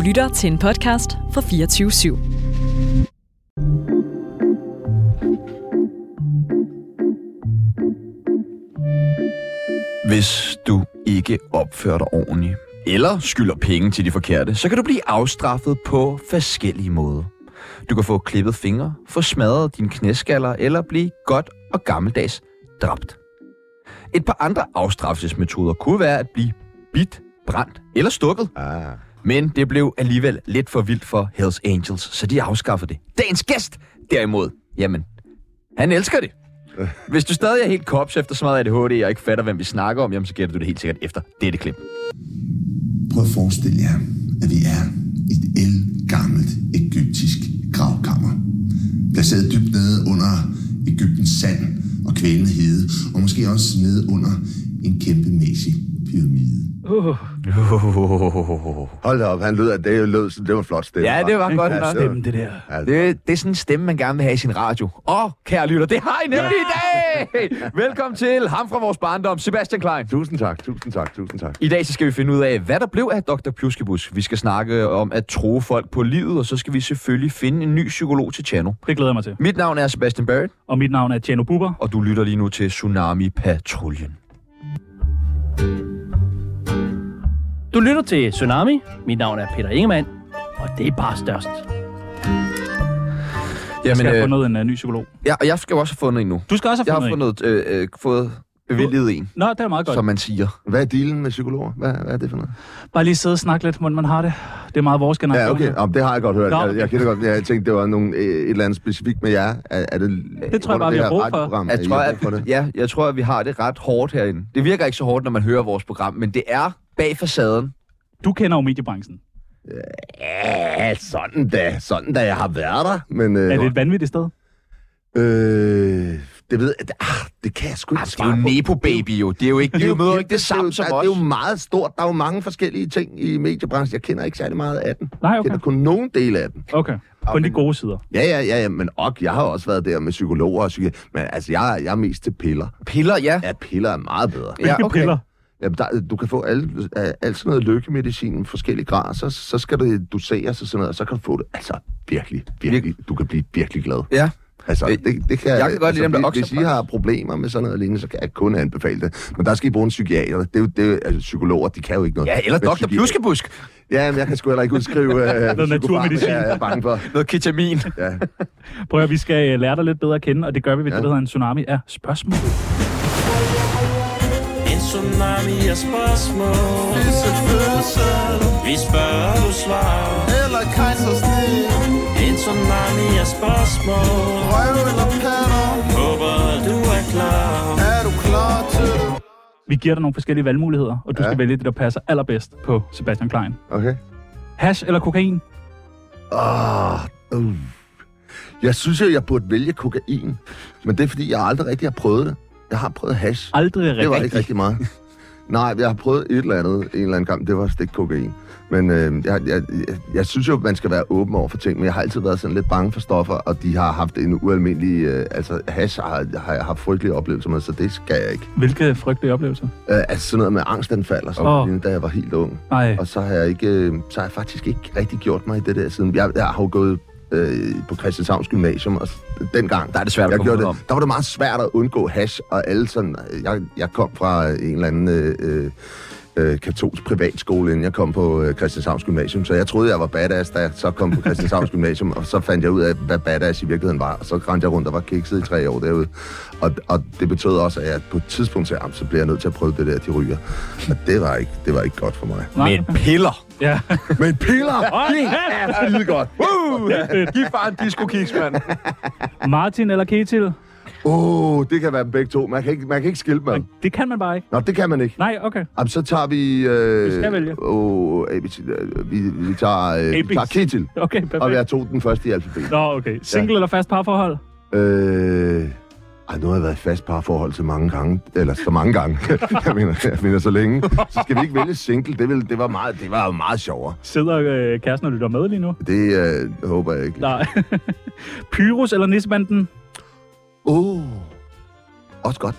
lytter til en podcast fra 24/7. Hvis du ikke opfører dig ordentligt, eller skylder penge til de forkerte, så kan du blive afstraffet på forskellige måder. Du kan få klippet fingre, få smadret dine knæskaller, eller blive godt og gammeldags dræbt. Et par andre afstraffelsesmetoder kunne være at blive bidt, brændt eller stukket. Men det blev alligevel lidt for vildt for Hells Angels, så de afskaffede det. Dagens gæst, derimod, jamen, han elsker det. Hvis du stadig er helt kops efter så meget ADHD og ikke fatter, hvem vi snakker om, jamen, så gætter du det helt sikkert efter dette klip. Prøv at forestille jer, at vi er i et ældgammelt egyptisk gravkammer. Placeret dybt nede under Egyptens sand og kvælende hede, og måske også nede under en kæmpemæssig pyramide. Hold da op, han lød, at det var flot stemme. Ja, det var godt nok. Stemme, det der. Det er sådan en stemme, man gerne vil have i sin radio. Kære lytter, det har I nemlig i dag! Velkommen til ham fra vores barndom, Sebastian Klein. Tusind tak. I dag så skal vi finde ud af, hvad der blev af Dr. Pjuskebus. Vi skal snakke om at true folk på livet, og så skal vi selvfølgelig finde en ny psykolog til Tjano. Det glæder jeg mig til. Mit navn er Sebastian Barrett. Og mit navn er Tjano Bubber. Og du lytter lige nu til Tsunami Patruljen. Du lytter til Tsunami. Mit navn er Peter Ingemann, og det er bare størst. Jeg skal have fundet en ny psykolog. Ja, og jeg skal jo også have fundet en nu. Du skal også have fundet Jeg har fået bevilget en. Nå, det er meget godt. Som man siger. Hvad er dealen med psykologer? Hvad er det for noget? Bare lige sidde og snakke lidt, hvordan man har det. Det er meget vores generation. Ja, okay. Det har jeg godt hørt. Nå. Jeg kender godt. Jeg tænkte, det var et eller andet specifikt med jer. Er det tror jeg bare, vi har brug for. Jeg tror, at vi har det ret hårdt herinde. Det virker ikke så hårdt, når man hører vores program, men det er bag facaden. Du kender jo mediebranchen. Ja, sådan da jeg har været der. Men, er det et vanvittigt sted? Det ved jeg. Det kan jeg sgu ikke svare på. Det er jo Nepo-baby jo. Det er jo ikke det samme som os. Det er jo meget stort. Der er jo mange forskellige ting i mediebranchen. Jeg kender ikke særlig meget af den. Nej, okay. Jeg kender kun nogen del af den. Okay. Kun de gode sider. Ja, men jeg har også været der med psykologer og men altså, jeg er mest til piller. Piller, ja. Ja, piller er meget bedre. Hvilke piller? Ja, du kan få alt sådan noget lykkemedicin i forskellige grader, så skal det doseres og sådan noget, og så kan du få det altså virkelig, du kan blive virkelig glad. Ja. Altså, det kan jeg kan godt lide dem, der hvis I har problemer med sådan noget lignende, så kan jeg kun anbefale det. Men der skal I bruge en psykiater. Det er altså, psykologer, de kan jo ikke noget. Ja, eller Dr. Pjuskebusk. Ja, men jeg kan sgu heller ikke udskrive noget naturmedicin. Jeg er bange for. Noget ketamin. Ja. Prøv at vi skal lære dig lidt bedre at kende, og det gør vi ved det, der hedder en tsunami af spørgsmål. En tsunami af spørgsmål. Vi spørger, du svarer. Eller kejsersnit. En tsunami af spørgsmål. Røv eller patter. Håber, du er klar. Er du klar til det? Vi giver dig nogle forskellige valgmuligheder, og du skal vælge det, der passer allerbedst på Sebastian Klein. Okay. Hash eller kokain? Jeg synes jo, jeg burde vælge kokain. Men det er, fordi jeg aldrig rigtig har prøvet det. Jeg har prøvet hash. Aldrig rigtig? Det var ikke rigtig meget. Nej, jeg har prøvet en eller anden gang. Det var stik kokain. Men jeg synes jo, man skal være åben over for ting. Men jeg har altid været sådan lidt bange for stoffer, og de har haft en ualmindelig... hash har jeg haft frygtelige oplevelser med, så det skal jeg ikke. Hvilke frygtelige oplevelser? Altså sådan noget med angstanfald og sådan da jeg var helt ung. Ej. Og så har jeg faktisk ikke rigtig gjort mig i det der siden. Jeg har jo gået på Christianshavns Gymnasium, og dengang, der er det svært at komme om. Der var det meget svært at undgå hash, og alle sådan... Jeg kom fra en eller anden katolsk privatskole, inden jeg kom på Christianshavns Gymnasium, så jeg troede, jeg var badass, da jeg så kom på Christianshavns Gymnasium, og så fandt jeg ud af, hvad badass i virkeligheden var, og så rendte jeg rundt og var kikset i 3 år derude. Og det betød også, at jeg på et tidspunkt sagde, så bliver jeg nødt til at prøve det der, de ryger. Og det var ikke godt for mig. Men piller! Ja. Men piller! Det er skide godt! Giv far en disco-kiks, mand! Martin eller Ketil? Det kan være dem begge to. Man kan ikke skille dem. Det kan man bare ikke. Nå, det kan man ikke. Nej, okay. Jamen, så tager vi... Vi skal vælge. Vi tager Ketil. Okay, perfekt. Og jeg tog den første i alfabetet. Nå, okay. Single eller fast parforhold? Nu har jeg været i fast parforhold så mange gange. Eller så mange gange. jeg mener så længe. Så skal vi ikke vælge single. Det var jo meget sjovere. Sidder kæresten og lytter med lige nu? Det håber jeg ikke. Nej. Pyrus eller Nissebanden? Også godt.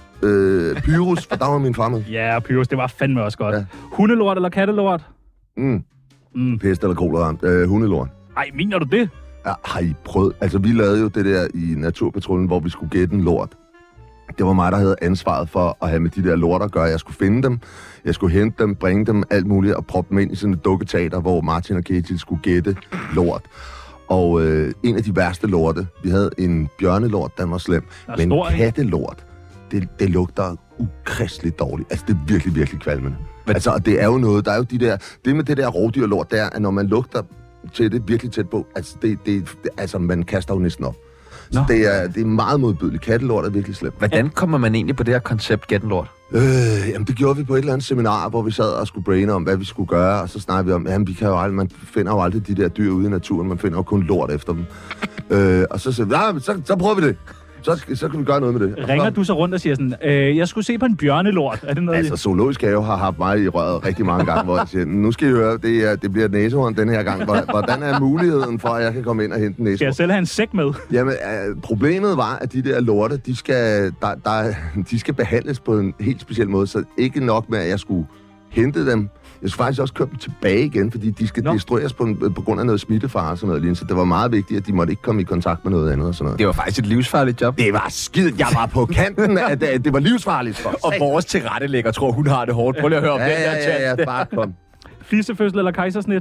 Pyrus, for der var min far med. Ja, Pyrus, det var fandme også godt. Ja. Hundelort eller kattelort? Pest eller kolera. Hundelort. Ej, mener du det? Ja, har I prøvet? Altså, vi lavede jo det der i Naturpatruljen, hvor vi skulle gætte en lort. Det var mig, der havde ansvaret for at have med de der lorter at gøre. Jeg skulle finde dem, jeg skulle hente dem, bringe dem, alt muligt, og proppe dem ind i sådan et dukketeater, hvor Martin og Ketil skulle gætte lort. Og en af de værste lorte, vi havde en bjørnelort, den var slem, men en kattelort, det lugter ukristeligt dårligt. Altså, det er virkelig, virkelig kvalmende. Altså, og det er jo noget, der er jo det med det der rovdyrlort, der at når man lugter til det virkelig tæt på, altså, altså man kaster jo næsten op. Så det er meget modbydeligt. Kattelort er virkelig slemt. Hvordan kommer man egentlig på det her koncept gættelort? Jamen, det gjorde vi på et eller andet seminar, hvor vi sad og skulle braine om, hvad vi skulle gøre, og så snakkede vi om, jamen, man finder jo aldrig de der dyr ude i naturen, man finder jo kun lort efter dem. Og så sagde vi, så prøver vi det. Så kan vi gøre noget med det. Ringer du så rundt og siger sådan, jeg skulle se på en bjørnelort? Er det noget? Altså, Zoologisk Have har haft mig i røret rigtig mange gange, hvor jeg siger, nu skal I høre, det bliver et næsehorn den her gang. Hvordan er muligheden for, at jeg kan komme ind og hente en næsehorn? Skal jeg selv have en sæk med? Jamen, problemet var, at de der lorte, de skal behandles på en helt speciel måde, så ikke nok med, at jeg skulle hente dem. Jeg skulle faktisk også købe dem tilbage igen, fordi de skal destrueres på grund af noget smittefare og sådan noget lignende. Så det var meget vigtigt, at de måtte ikke komme i kontakt med noget andet og sådan noget. Det var faktisk et livsfarligt job. Det var skidt. Jeg var på kanten af det var livsfarligt for. Og vores tilrettelægger tror, hun har det hårdt. Prøv lige at høre om den der chat. Ja, bare kom. Fissefødsel eller kejsersnit?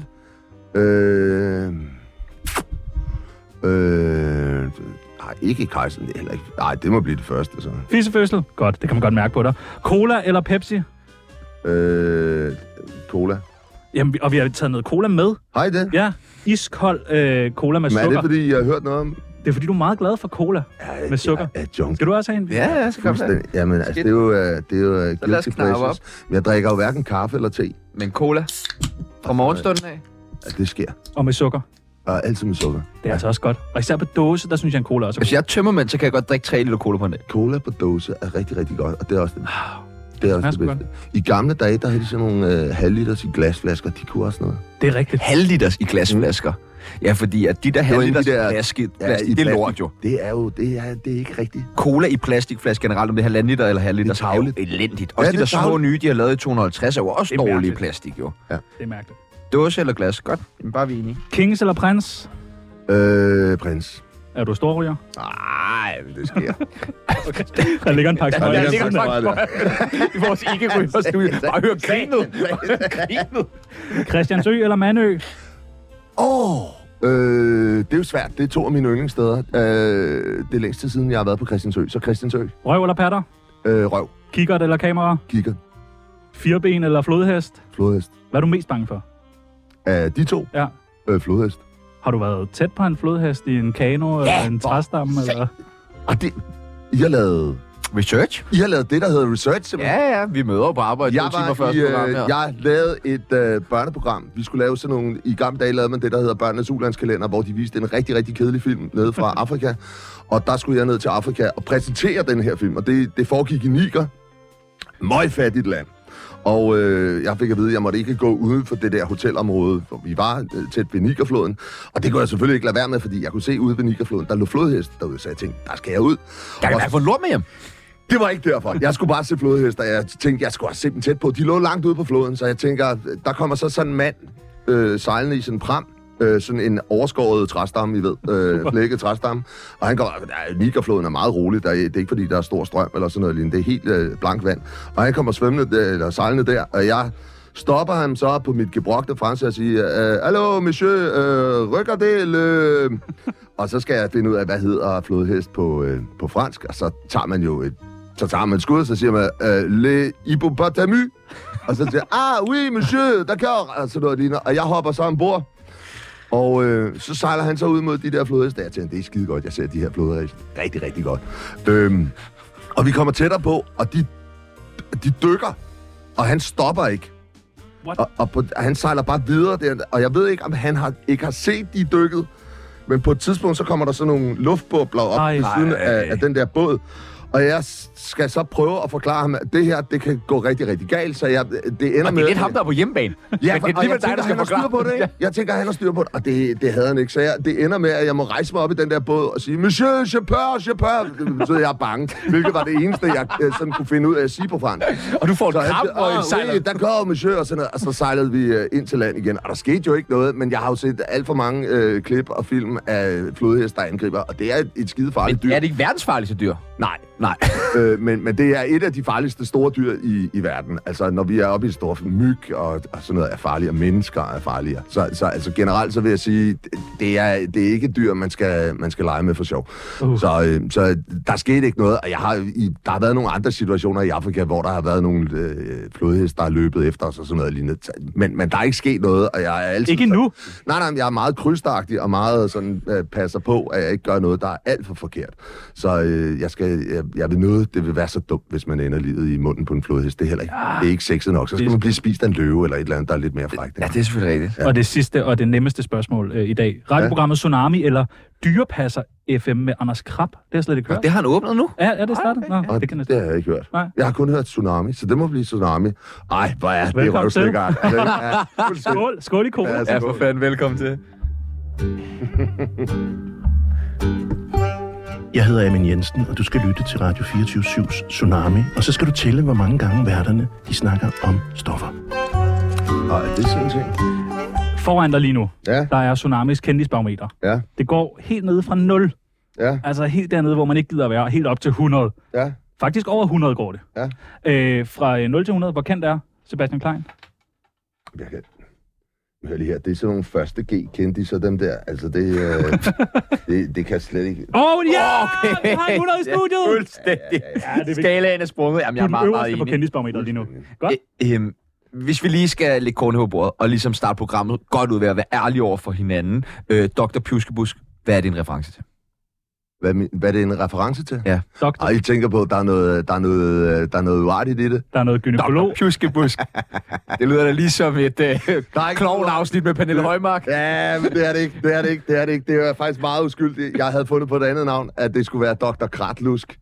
Nej, ikke kejsersnit heller ikke. Nej, det må blive det første. Så. Fissefødsel? Godt, det kan man godt mærke på dig. Cola eller Pepsi? Cola. Jamen, og vi har taget noget cola med. Hej det. Ja, iskold cola med sukker. Men er det, fordi jeg har hørt noget om? Det er, fordi du er meget glad for cola med sukker. Skal du også have en? Ja, så kom det. Jamen, altså, det er jo guilty pleasures. Men jeg drikker jo hverken kaffe eller te. Men cola? Fra morgenstunden af? Ja, det sker. Og med sukker? Og altid med sukker. Det er altså også godt. Og især på dåse, der synes jeg, en cola også er god. Hvis jeg er tømmermænd, så kan jeg godt drikke 3 liter cola på en dag. Cola på dåse er rigtig, rigtig godt, og det er også det er også det bedste. I gamle dage, der havde de sådan nogle halvliters i glasflasker. De kunne også noget. Det er rigtigt. Halvliters i glasflasker? Ja, fordi at de der halvliters plastik, det er lort jo. Det er ikke rigtigt. Cola i plastikflasker generelt, om det er 1,5 liter eller halvliters, er jo elendigt. Også de der små nye, de har lavet i 250, er jo også dårlige plastik jo. Ja. Det er mærkeligt. Dåse eller glas? Godt. Jamen, bare vi enige. Kings eller prins? Prins. Er du storryger? Nej, det sker. Okay. Der ligger en pakke smøger. Der ligger en pakke smøger. I vores ikke-rygerstudie. Bare hør grinet. Christiansø eller Mandø? Det er jo svært. Det er 2 af mine yndlingssteder. Det er længst tid siden, jeg har været på Christiansø. Så Christiansø. Røv eller patter? Røv. Kikkert eller kamera? Kikkert. Fireben eller flodhest? Flodhest. Hvad er du mest bange for? De 2? Ja. Flodhest. Har du været tæt på en flodhest i en kano eller en træstamme? Eller? Og I har lavet... Research? I har lavet det, der hedder research, simpelthen. Ja, vi møder på arbejde 2 timer før program her. Jeg lavede et børneprogram. Vi skulle lave sådan nogle... I gamle dage lavede man det, der hedder Børnenes Ulandskalender, hvor de viste en rigtig, rigtig kedelig film nede fra Afrika. Og der skulle jeg ned til Afrika og præsentere den her film. Og det foregik i Niger. Meget fattigt land. Og jeg fik at vide, at jeg måtte ikke gå ude for det der hotelområde, hvor vi var tæt ved Nigerfloden. Og det kunne jeg selvfølgelig ikke lade være med, fordi jeg kunne se ude ved Nigerfloden, der lå flodhest derude, så jeg tænkte, der skal jeg ud. Jeg kan få lort med hjem. Det var ikke derfor. Jeg skulle bare se flodhester. Jeg tænkte, jeg skulle også se dem tæt på. De lå langt ude på floden, så jeg tænker, der kommer så sådan en mand sejlende i sådan en pram. Sådan en overskåret træstamme, I ved. Flækket træstamme. Og han går, Nigerfloden er meget rolig. Det er ikke fordi, der er stor strøm eller sådan noget. Det er helt blank vand. Og han kommer svømmende eller sejlende der, og jeg stopper ham så på mit gebrokte fransk og siger, hallo, monsieur, rykker det? Og så skal jeg finde ud af, hvad hedder flodhest på fransk. Og så tager man jo et skud, og så siger man, le hippopotamus. Og så siger jeg, oui, monsieur, d'accord. Og så noget ligner. Og jeg hopper så ombord. Og så sejler han så ud mod de der flodheste. Jeg tænker, det er skide godt, jeg ser de her flodheste rigtig, rigtig godt. Og vi kommer tættere på, og de dykker, og han stopper ikke. Han sejler bare videre der, og jeg ved ikke, om han ikke har set de dykket, men på et tidspunkt, så kommer der sådan nogle luftbobler op ved siden af den der båd. Og jeg skal så prøve at forklare ham, at det her, det kan gå rigtig, rigtig galt, så det ender med... Og det er lidt ham, der er på hjemmebane. Ja, og jeg tænker, han har styr på det, ikke? Jeg tænker, han har styr på det, og det havde han ikke. Så det ender med, at jeg må rejse mig op i den der båd og sige, Monsieur, je peur. Så jeg er bange, hvilket var det eneste, jeg sådan kunne finde ud af at sige på fransk. Og du får et kram, og sejler. Der går Monsieur, og sådan noget, og så sejlede vi ind til land igen. Og der skete jo ikke noget, men jeg har jo set alt for mange klip og film af flodheste, der angriber, og det er et skide farligt dyr. Er det ikke verdens farligste dyr? Nej. Men det er et af de farligste store dyr i verden. Altså, når vi er oppe i store myg og sådan noget er farlige, og mennesker er farlige. Så altså, generelt så vil jeg sige, det er ikke dyr, man skal lege med for sjov. Så der skete ikke noget, og der har været nogle andre situationer i Afrika, hvor der har været nogle flodheste, der har løbet efter os og sådan noget lignende. Men der er ikke sket noget, og jeg er altid... Ikke nu? Nej, jeg er meget krydstagtig og meget sådan passer på, at jeg ikke gør noget, der er alt for forkert. Så jeg vil noget, det vil være så dumt, hvis man ender livet i munden på en flodhest. Det er heller ikke. Det er ikke sexet nok. Så skal man blive spist af en løve eller et eller andet, der er lidt mere frækt. Ja, det er selvfølgelig rigtigt. Ja. Og det sidste og det nemmeste spørgsmål i dag. Radioprogrammet Tsunami eller Dyrepasser FM med Anders Krab. Det har jeg slet ikke hørt. Det har han åbnet nu? Ja, det startet. Nå, det har jeg ikke hørt. Nej. Jeg har kun hørt Tsunami, så det må blive Tsunami. Ej, hvor er det røvslækkert. Skål. Skål i koret. Ja, for fanden. Velkommen til. Jeg hedder Amin Jensen, og du skal lytte til Radio 24/7's Tsunami. Og så skal du tælle, hvor mange gange værterne de snakker om stoffer. Og det er sådan en ting. Foran dig lige nu, der er Tsunamis kendisbarometer. Ja. Det går helt nede fra 0. Ja. Altså helt dernede, hvor man ikke gider at være, helt op til 100. Ja. Faktisk over 100 går det. Ja. Fra 0 til 100, hvor kendt er Sebastian Klein? Jeg kan... Hør lige her, det er sådan nogle første G-kendiser, dem der. Altså, det kan slet ikke... Okay. Du har 100 i studiet! Fuldstændig. Ja, skalaen er sprunget. Jamen, jeg er meget enig. Du er på kendisbarometeret lige nu. Godt. Hvis vi lige skal lægge kornet på bordet, og ligesom starte programmet godt ud ved at være ærlige over for hinanden. Dr. Pjuskebusk, hvad er det en reference til? Hvad er det en reference til? Ja. Og I tænker på, at der er noget uartigt i det? Der er noget gynekolog. Dr. Pjuskebusk. Det lyder da ligesom et klovn-afsnit med Pernille Højmark. Ja, men det er det ikke. Det er faktisk meget uskyldigt. Jeg havde fundet på et andet navn, at det skulle være Dr. Kratlusk.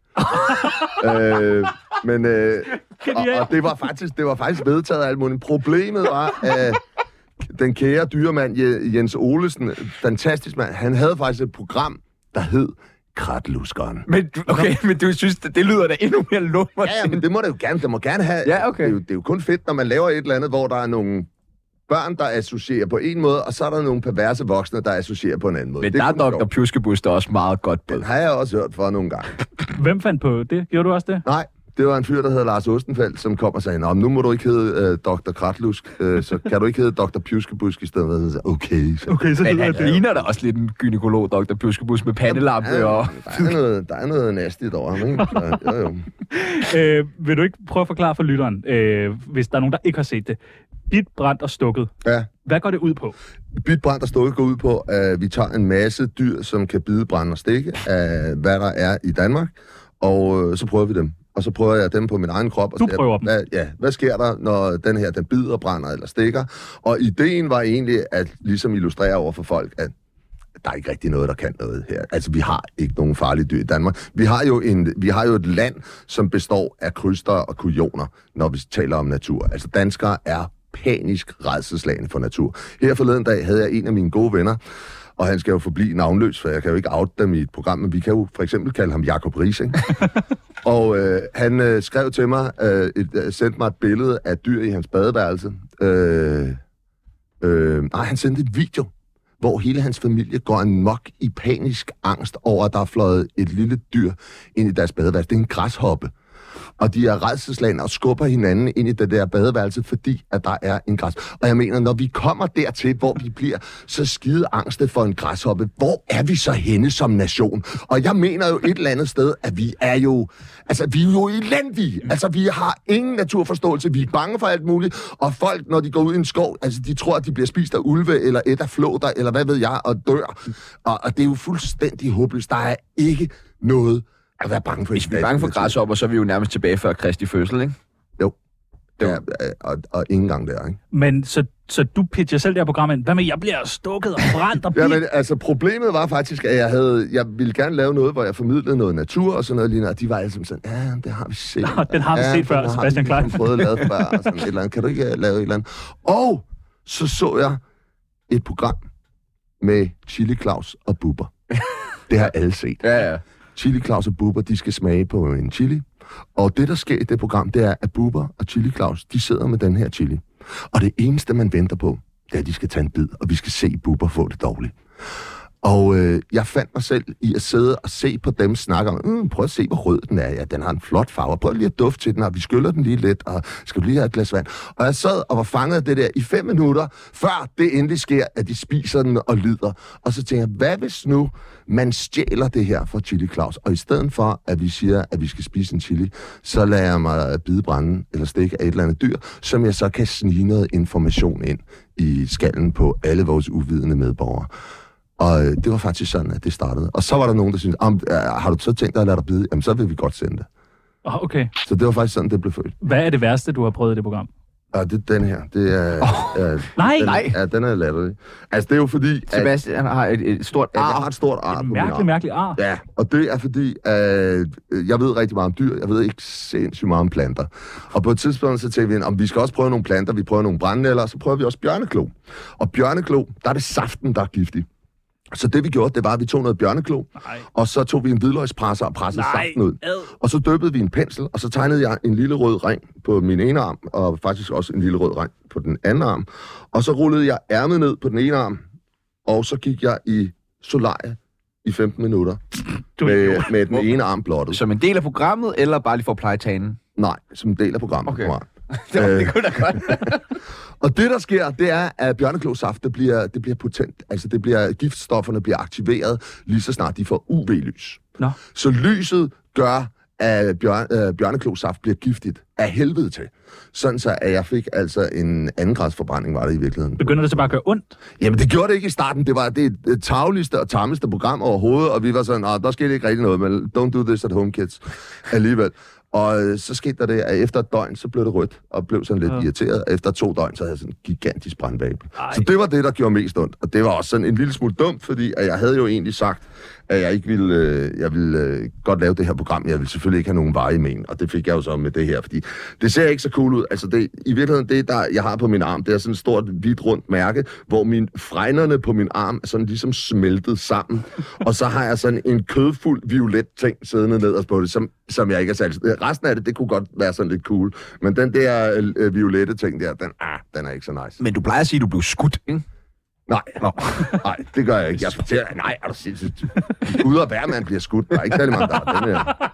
Og det var faktisk vedtaget af alt muligt. Problemet var, at den kære dyremand Jens Olesen, fantastisk mand, han havde faktisk et program, der hed Kratluskeren. Men du synes, det lyder da endnu mere lummer. Ja, men det må det jo gerne. Det må gerne have. Ja, okay. Det er jo kun fedt, når man laver et eller andet, hvor der er nogle børn, der associerer på en måde, og så er der nogle perverse voksne, der associerer på en anden måde. Men der er Dr. Pjuskebusk, der også meget godt på. Den har jeg også hørt for nogle gange. Hvem fandt på det? Gjorde du også det? Nej. Det var en fyr, der hedder Lars Ostenfeldt, som kom og sagde, nå, nu må du ikke hedde Dr. Kratlusk, så kan du ikke hedde Dr. Pjuskebusk i stedet. Så okay. Så men han ligner da også lidt en gynekolog, Dr. Pjuskebusk, med pandelampe. Der er noget nastigt over ham, ikke? Jo. Vil du ikke prøve at forklare for lytteren, hvis der er nogen, der ikke har set det? Bidt, brændt og stukket. Ja. Hvad går det ud på? Bidt, brændt og stukket går ud på, at vi tager en masse dyr, som kan bide, brænde og stikke af, hvad der er i Danmark, og så prøver vi dem. Og så prøver jeg dem på min egen krop. Og du prøver dem? Hvad sker der, når den her, den bider, brænder eller stikker? Og ideen var egentlig at ligesom illustrere over for folk, at der er ikke rigtig noget, der kan noget her. Altså, vi har ikke nogen farlige dyr i Danmark. Vi har jo et land, som består af krystere og kujoner, når vi taler om natur. Altså, danskere er panisk rædselsslagne for natur. Her forleden dag havde jeg en af mine gode venner, og han skal jo forblive navnløs, for jeg kan jo ikke oute dem i et program, men vi kan jo for eksempel kalde ham Jacob Riising. Og han skrev til mig, sendte mig et billede af dyr i hans badeværelse. Han sendte et video, hvor hele hans familie går amok i panisk angst over, at der er fløjet et lille dyr ind i deres badeværelse. Det er en græshoppe. Og de er rædselsslagne og skubber hinanden ind i det der badeværelse, fordi at der er en græs. Og jeg mener, når vi kommer dertil, hvor vi bliver så skide angste for en græshoppe, hvor er vi så henne som nation? Og jeg mener jo et eller andet sted, at vi er jo elendige. Altså, vi har ingen naturforståelse. Vi er bange for alt muligt. Og folk, når de går ud i en skov, altså, de tror, at de bliver spist af ulve, eller et af flåter, eller hvad ved jeg, og dør. Og det er jo fuldstændig håbløst. Der er ikke noget at være bange for. Hvis vi er bange for græshopper, så er vi jo nærmest tilbage før Kristi fødsel, ikke? Jo. Ja, og ikke engang der, ikke? Men så Så du pitcher selv det her program ind. Hvad med, jeg bliver stukket og brændt og Jamen, altså, problemet var faktisk, at jeg ville gerne lave noget, hvor jeg formidlede noget natur og sådan noget lignende, og de var alle sammen sådan, ja, det har vi set. Den har vi set før, Sebastian Klein. Den har vi prøvet at lave før, og sådan et eller andet. Kan du ikke lave et eller andet? Og så jeg et program med Chili Claus og Bubber. Det har alle set. Ja. Chili Claus og Bubber, de skal smage på en chili. Og det, der sker i det program, det er, at Bubber og Chili Claus, de sidder med den her chili. Og det eneste, man venter på, det er, at de skal tage en bid, og vi skal se Bubber få det dårligt. Og jeg fandt mig selv i at sidde og se på dem snakke om, prøv at se, hvor rød den er. Ja, den har en flot farve. Prøv lige at dufte til den, og vi skyller den lige lidt, og skal du lige have et glas vand. Og jeg sad og var fanget af det der i 5 minutter, før det endelig sker, at de spiser den og lider. Og så tænker jeg, hvad hvis nu man stjæler det her fra Chili Claus? Og i stedet for, at vi siger, at vi skal spise en chili, så lader jeg mig bidebrænde eller stikke af et eller andet dyr, som jeg så kan snige noget information ind i skallen på alle vores uvidende medborgere. Og det var faktisk sådan, at det startede. Og så var der nogen, der syntes, har du så tænkt dig at lade dig bide? Jamen, så vil vi godt sende det. Okay. Så det var faktisk sådan, det blev født. Hvad er det værste, du har prøvet i det program? Ja, det er den her. Det er... Nej! Ja, den er latterlig. Altså, det er jo fordi... Sebastian har et stort ar. Jeg har et stort ar på min arm. Mærkelig ar. Ja, og det er fordi, jeg ved rigtig meget om dyr. Jeg ved ikke sindssygt meget om planter. Og på et tidspunkt, så tænkte vi, om vi skal også prøve nogle planter. Vi prøver nogle brændenælder, og så prøver vi også bjørneklo. Og bjørneklo, der er det saften, der er giftig. Så det vi gjorde, det var, at vi tog noget bjørneklo, og så tog vi en hvidløgspresser og pressede saften ud. Og så dyppede vi en pensel, og så tegnede jeg en lille rød ring på min ene arm, og faktisk også en lille rød ring på den anden arm. Og så rullede jeg ærmet ned på den ene arm, og så gik jeg i solarie i 15 minutter med den ene arm blottet. Som en del af programmet, eller bare lige for at pleje tanen? Nej, som en del af programmet. Okay. Det kunne da godt. Og det, der sker, det er, at bjørneklosaft, det bliver potent. Altså, giftstofferne bliver aktiveret, lige så snart de får UV-lys. Nå. Så lyset gør, at bjørneklosaft bliver giftigt af helvede til. Sådan så, at jeg fik altså en 2-gradsforbrænding, var det i virkeligheden. Begynder det så bare at gøre ondt? Jamen, det gjorde det ikke i starten. Det var det tavligste og tammeste program overhovedet, og vi var sådan, der skete ikke rigtig noget, men don't do this at home, kids. Alligevel. Og så skete der det, at efter et døgn, så blev det rødt, og blev sådan lidt irriteret. Efter 2 døgn, så havde jeg sådan en gigantisk brandvabel. Så det var det, der gjorde mest ondt. Og det var også sådan en lille smule dumt, fordi at jeg havde jo egentlig sagt, at jeg ikke ville godt lave det her program. Jeg ville selvfølgelig ikke have nogen veje i men, og det fik jeg jo så med det her, fordi det ser ikke så cool ud. Altså i virkeligheden, det der jeg har på min arm, det er sådan et stort, hvidt, rundt mærke, hvor fregnerne på min arm er sådan ligesom smeltet sammen. Og så har jeg sådan en kødfuld violet ting siddende nederst på det, som jeg ikke er særlig... Resten af det kunne godt være sådan lidt cool. Men den der violette ting der, den er ikke så nice. Men du plejer at sige, at du blev skudt, ikke? Nej, det gør jeg ikke. Jeg fortæller, nej, er du sindssygt? Gud og Bærmand bliver skudt. Der er ikke særlig mange, der er den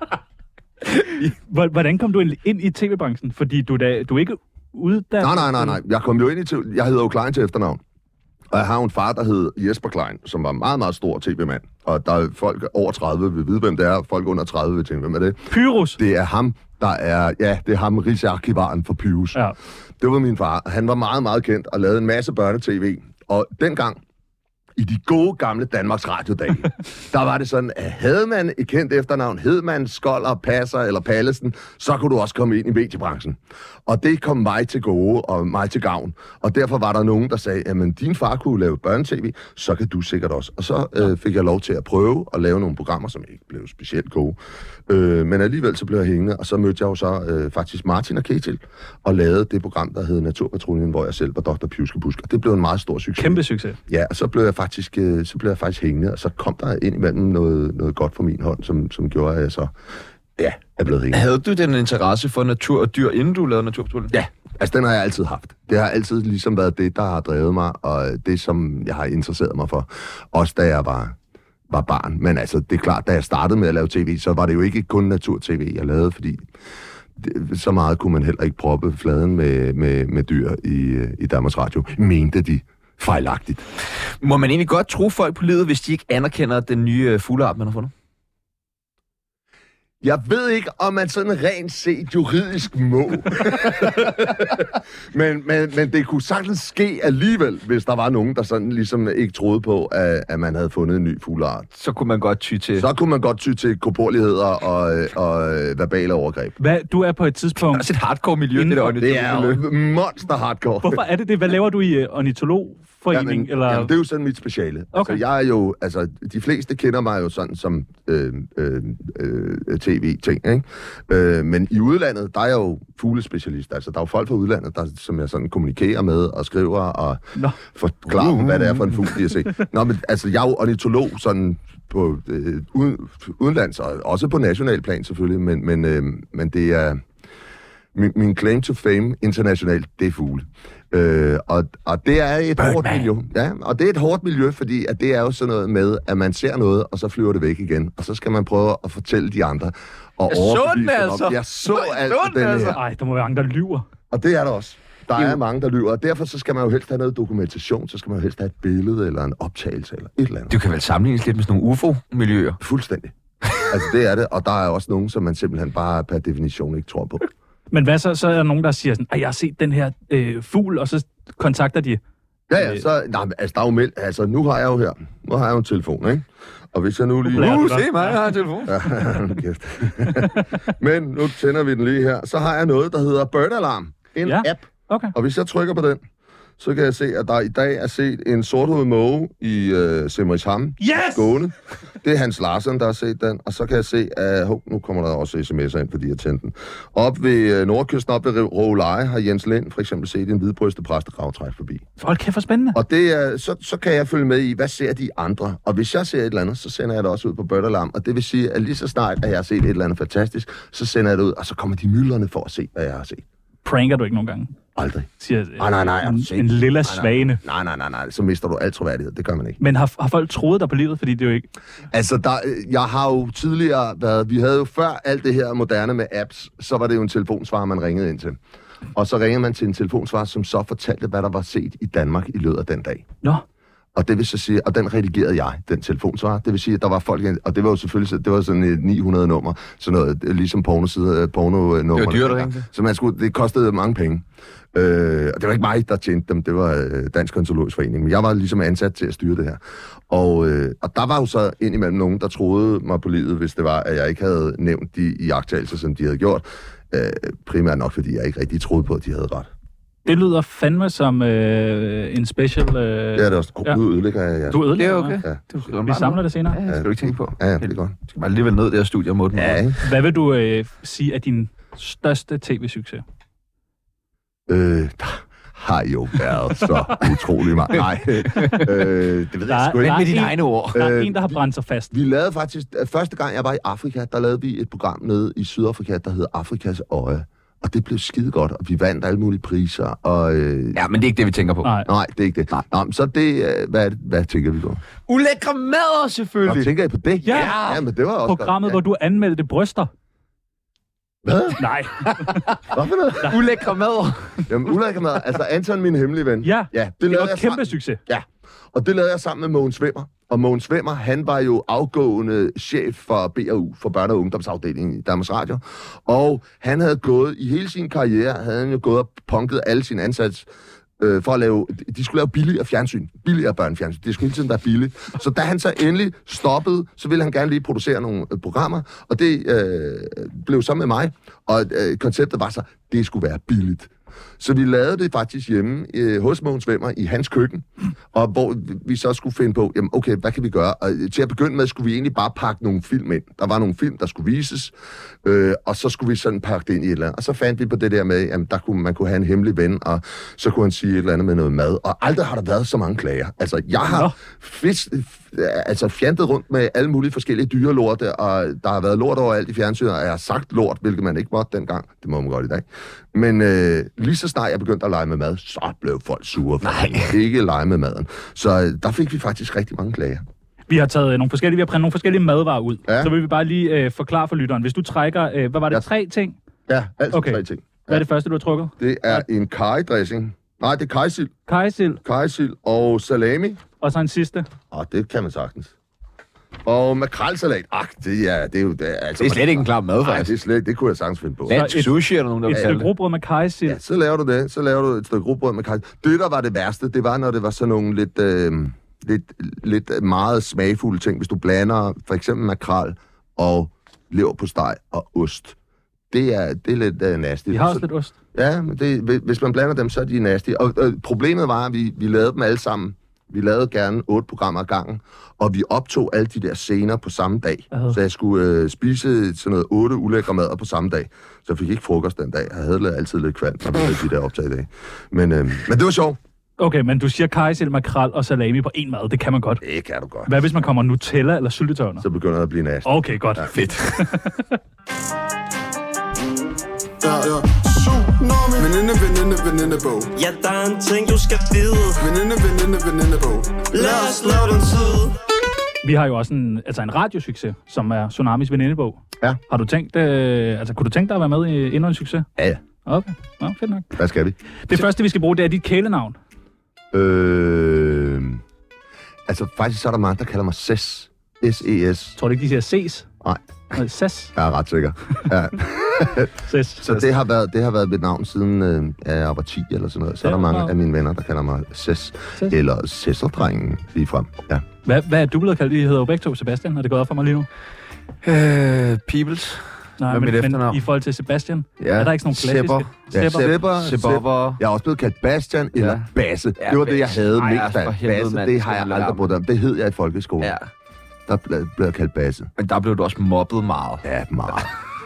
her. Hvordan kom du ind i tv-branchen? Fordi du er ikke uddannet... Nej. Jeg kom jo ind jeg hedder jo Klein til efternavn. Og jeg har jo en far, der hed Jesper Klein, som var meget, meget stor tv-mand. Og der er folk over 30, vil vide, hvem det er. Folk under 30 vil tænke, hvem er det? Pyrus? Det er ham, det er ham, Rigsarkivaren for Pyrus. Ja. Det var min far. Han var meget, meget kendt og lavede en masse børnetv. Og dengang, i de gode gamle Danmarks radiodage, der var det sådan, at havde man et kendt efternavn, hed man Skolder, Passer eller Pallesen, så kunne du også komme ind i mediebranchen. Og det kom mig til gode og mig til gavn. Og derfor var der nogen, der sagde, jamen din far kunne lave børnetv, så kan du sikkert også. Og så fik jeg lov til at prøve at lave nogle programmer, som ikke blev specielt gode. Men alligevel så blev jeg hængende, og så mødte jeg jo så faktisk Martin og Ketil, og lavede det program, der hed Naturpatruljen, hvor jeg selv var Dr. Pjuske-Pusk. Og det blev en meget stor succes. Kæmpe succes. Ja, og så blev jeg faktisk hængende, og så kom der ind imellem noget godt for min hånd, som gjorde, at jeg så er blevet hængende. Havde du den interesse for natur og dyr, inden du lavede Naturpatruljen? Ja, altså den har jeg altid haft. Det har altid ligesom været det, der har drevet mig, og det, som jeg har interesseret mig for, også da jeg var barn. Men altså, det er klart, da jeg startede med at lave tv, så var det jo ikke kun natur-tv, jeg lavede, fordi så meget kunne man heller ikke proppe fladen med dyr i Danmarks Radio, mente de fejlagtigt. Må man egentlig godt tro folk på livet, hvis de ikke anerkender den nye fugleart, man har fundet? Jeg ved ikke, om man sådan rent set juridisk må. men det kunne sagtens ske alligevel, hvis der var nogen, der sådan ligesom ikke troede på, at man havde fundet en ny fugleart. Så kunne man godt ty til korporligheder og verbale overgreb. Du er på et tidspunkt... Det er også et hardcore miljø, det der ornitolog. Det er monster hardcore. Hvorfor er det? Hvad laver du i ornitologforening? Jamen, det er jo sådan mit speciale. Okay. Altså, jeg er jo... Altså, de fleste kender mig jo sådan som tv-ting, ikke? Men i udlandet, der er jeg jo fuglespecialist. Altså, der er jo folk fra udlandet, som jeg sådan kommunikerer med og skriver og forklarer, hvad det er for en fugl, de har set. Nå, men altså, jeg er jo ornitolog sådan på udenlands, og også på national plan selvfølgelig, men det er... Min claim to fame internationalt, det er fugle. Og det er et hårdt miljø. Ja, og det er et hårdt miljø, fordi at det er jo sådan noget med, at man ser noget, og så flyver det væk igen. Og så skal man prøve at fortælle de andre. Og jeg så alt den her. Ej, der må være andre, der lyver. Og det er der også. Der er mange, der lyver. Og derfor så skal man jo helst have noget dokumentation. Så skal man jo helst have et billede eller en optagelse eller et eller andet. Du kan vel sammenlignes lidt med sådan nogle UFO-miljøer? Fuldstændig. Altså, det er det. Og der er også nogen, som man simpelthen bare per definition ikke tror på. Men hvad så? Så er der nogen, der siger sådan, jeg har set den her fugl, og så kontakter de... Ja, så... Nej, altså, der er jo meldt... Altså, nu har jeg jo her... Nu har jeg jo en telefon, ikke? Og hvis jeg nu lige... Se mig, jeg har en telefon. Ja, men nu tænder vi den lige her. Så har jeg noget, der hedder Bird Alarm. En app. Okay. Og hvis jeg trykker på den, så kan jeg se, at der i dag er set en sorthovedet måge i Simrishamn. Yes! Gående. Det er Hans Larsen, der har set den. Og så kan jeg se, at nu kommer der også sms'er ind, fordi jeg tændte den. Op ved Nordkysten, op ved Råleje, har Jens Lind for eksempel set en hvidbrystet præstegrav trække forbi. Folk kan for spændende. Og det er, så kan jeg følge med i, hvad ser de andre? Og hvis jeg ser et eller andet, så sender jeg det også ud på Bird Alarm. Og det vil sige, at lige så snart, at jeg har set et eller andet fantastisk, så sender jeg det ud, og så kommer de myldrene for at se, hvad jeg har set. Pranker du ikke nogen gange? Aldrig. Siger, nej. En lilla svane. Nej. Så mister du al troværdighed. Det gør man ikke. Men har folk troet dig på livet? Fordi det er jo ikke... Altså, jeg har jo tidligere været... Vi havde jo før alt det her moderne med apps, så var det jo en telefonsvarer, man ringede ind til. Og så ringede man til en telefonsvarer, som så fortalte, hvad der var set i Danmark i løbet af den dag. Nå. Og det vil så sige, og den redigerede jeg, den telefonsvarer. Det vil sige, at der var folk, og det var jo selvfølgelig, det var sådan et 900 nummer, sådan noget, ligesom porno-nummer. Det var dyrt, ikke? Så det kostede mange penge. Og det var ikke mig, der tjente dem, det var Dansk Ornitologisk Forening. Men jeg var ligesom ansat til at styre det her. Og der var jo så indimellem nogen, der troede mig på livet, hvis det var, at jeg ikke havde nævnt de iagttagelser, som de havde gjort. Primært nok, fordi jeg ikke rigtig troede på, at de havde ret. Det lyder fandme som en special... Det er det også. Nu ødelægger jeg jeres. Du ødelægger? Det er okay. Ja. Vi samler det senere. Ja, det skal du ikke tænke på. Ja, det er godt. Du skal bare alligevel ned der studie mod den. Ja, hvad vil du sige er din største tv-succes? Der har jo været så utrolig meget. Nej, det ved jeg sgu ikke. Med dine egne ord. Der er en, der har brændt sig fast. Vi lavede faktisk... Første gang, jeg var i Afrika, der lavede vi et program nede i Sydafrika, der hedder Afrikas Øje. Og det blev skide godt, og vi vandt alle mulige priser. Og, ja, men det er ikke det, vi tænker på. Nej, det er ikke det. Nå, så det... Hvad tænker vi på? Ulækre mad, selvfølgelig. Nå, tænker I på det? Ja, men det var også programmet, hvor du anmeldte bryster. Hvad? Nej. Hvad for noget? Ulækre mad. Jamen, ulækre mad. Altså, Anton, min hemmelige ven. Ja, det var kæmpe succes. Ja, og det lavede jeg sammen med Mogens Wimmer. Og Mogens Wimmer, han var jo afgående chef for BAU, for børne- og ungdomsafdelingen i Danmarks Radio. Og han havde gået, i hele sin karriere, havde han jo gået og punket alle sine ansats for at lave, de skulle lave billigere fjernsyn, billigere børnefjernsyn. Det skulle hele tiden være billigt. Så da han så endelig stoppede, så ville han gerne lige producere nogle programmer, og det blev så med mig. Og konceptet var så, det skulle være billigt. Så vi lavede det faktisk hjemme hos Mogens Wimmer i hans køkken, og hvor vi så skulle finde på, jamen okay, hvad kan vi gøre? Og til at begynde med, skulle vi egentlig bare pakke nogle film ind. Der var nogle film, der skulle vises, og så skulle vi sådan pakke det ind i et eller andet. Og så fandt vi på det der med, jamen man kunne have en hemmelig ven, og så kunne han sige et eller andet med noget mad. Og aldrig har der været så mange klager. Altså, jeg har fjantet rundt med alle mulige forskellige dyrelorte, og der har været lort overalt i fjernsynet, og jeg har sagt lort, hvilket man ikke måtte dengang. Det må man godt i dag. Men lige så snart jeg begyndte at lege med mad, så blev folk sure for at ikke lege med maden. Så der fik vi faktisk rigtig mange klager. Vi har taget vi har printet nogle forskellige madvarer ud. Ja. Så vil vi bare lige forklare for lytteren. Hvis du trækker, hvad var det, 3 ting? Ja, altså 3 ting. Hvad er det første, du har trukket? Det er en karry-dressing. Nej, det er kajsild. Kajsild. Kajsild og salami. Og så en sidste. Det kan man sagtens. Og makrelsalat. Det er jo... Det er slet ikke en klar mad, Nej, faktisk. det kunne jeg sagtens finde på. Dansk sushi er der nogen, der Et vil stykke kalde det. rugbrød med kajsild. Ja, så laver du det. Så laver du et stykke rugbrød med kajsild. Det, der var det værste, det var, når det var sådan nogle lidt meget smagfulde ting. Hvis du blander for eksempel makrel og leverpostej og ost. Det er lidt nasty. Vi har også lidt ost. Ja, men hvis man blander dem, så er de nasty. Og problemet var, at vi lavede dem alle sammen. Vi lavede gerne 8 programmer ad gangen, og vi optog alle de der scener på samme dag. Så jeg skulle spise sådan noget 8 ulækre madder på samme dag. Så jeg fik ikke frokost den dag. Jeg havde altid lidt kvalm, når vi lavede de der optag i dag. Men det var sjovt. Okay, men du siger kajsild, makrel og salami på én mad. Det kan man godt. Det kan du godt. Hvad hvis man kommer Nutella eller syltetøjner? Så begynder det at blive nasty. Okay, godt. Ja. Fedt. Ja. Venindebog. Ja, der er en ting, du skal vide. Venindebog. Lad os slå den tid. Vi har jo også en radiosucces, som er Tsunamis venindebog. Ja. Har du tænkt, kunne du tænke dig at være med i endnu en succes? Ja. Okay, nå, fedt nok. Hvad skal vi? Det første, vi skal bruge, det er dit kælenavn. Altså, faktisk så er der mange, der kalder mig SES. S-E-S. Tror du ikke, de siger ses? Nej. Ses. Jeg er ret sikker. Ja. Ses. Så det har været mit navn siden jeg var 10 eller sådan noget. Så er der mange af mine venner, der kalder mig SES. Eller Sesseldrengen ligefrem. Ja. Hvad er du blevet kaldt? I hedder jo begge to Sebastian. Er det gået op for mig lige nu? Peoples. Nej, men i forhold til Sebastian, er der ikke sådan nogle klassiske... Sepper. Jeg er også blevet kaldt Bastian eller Basse. Det var det, jeg havde mest af. Basse, det har jeg aldrig brugt om. Det hed jeg i folkeskolen. Ja. Der blev jeg kaldt Basse. Men der blev du også mobbet meget. Ja, meget.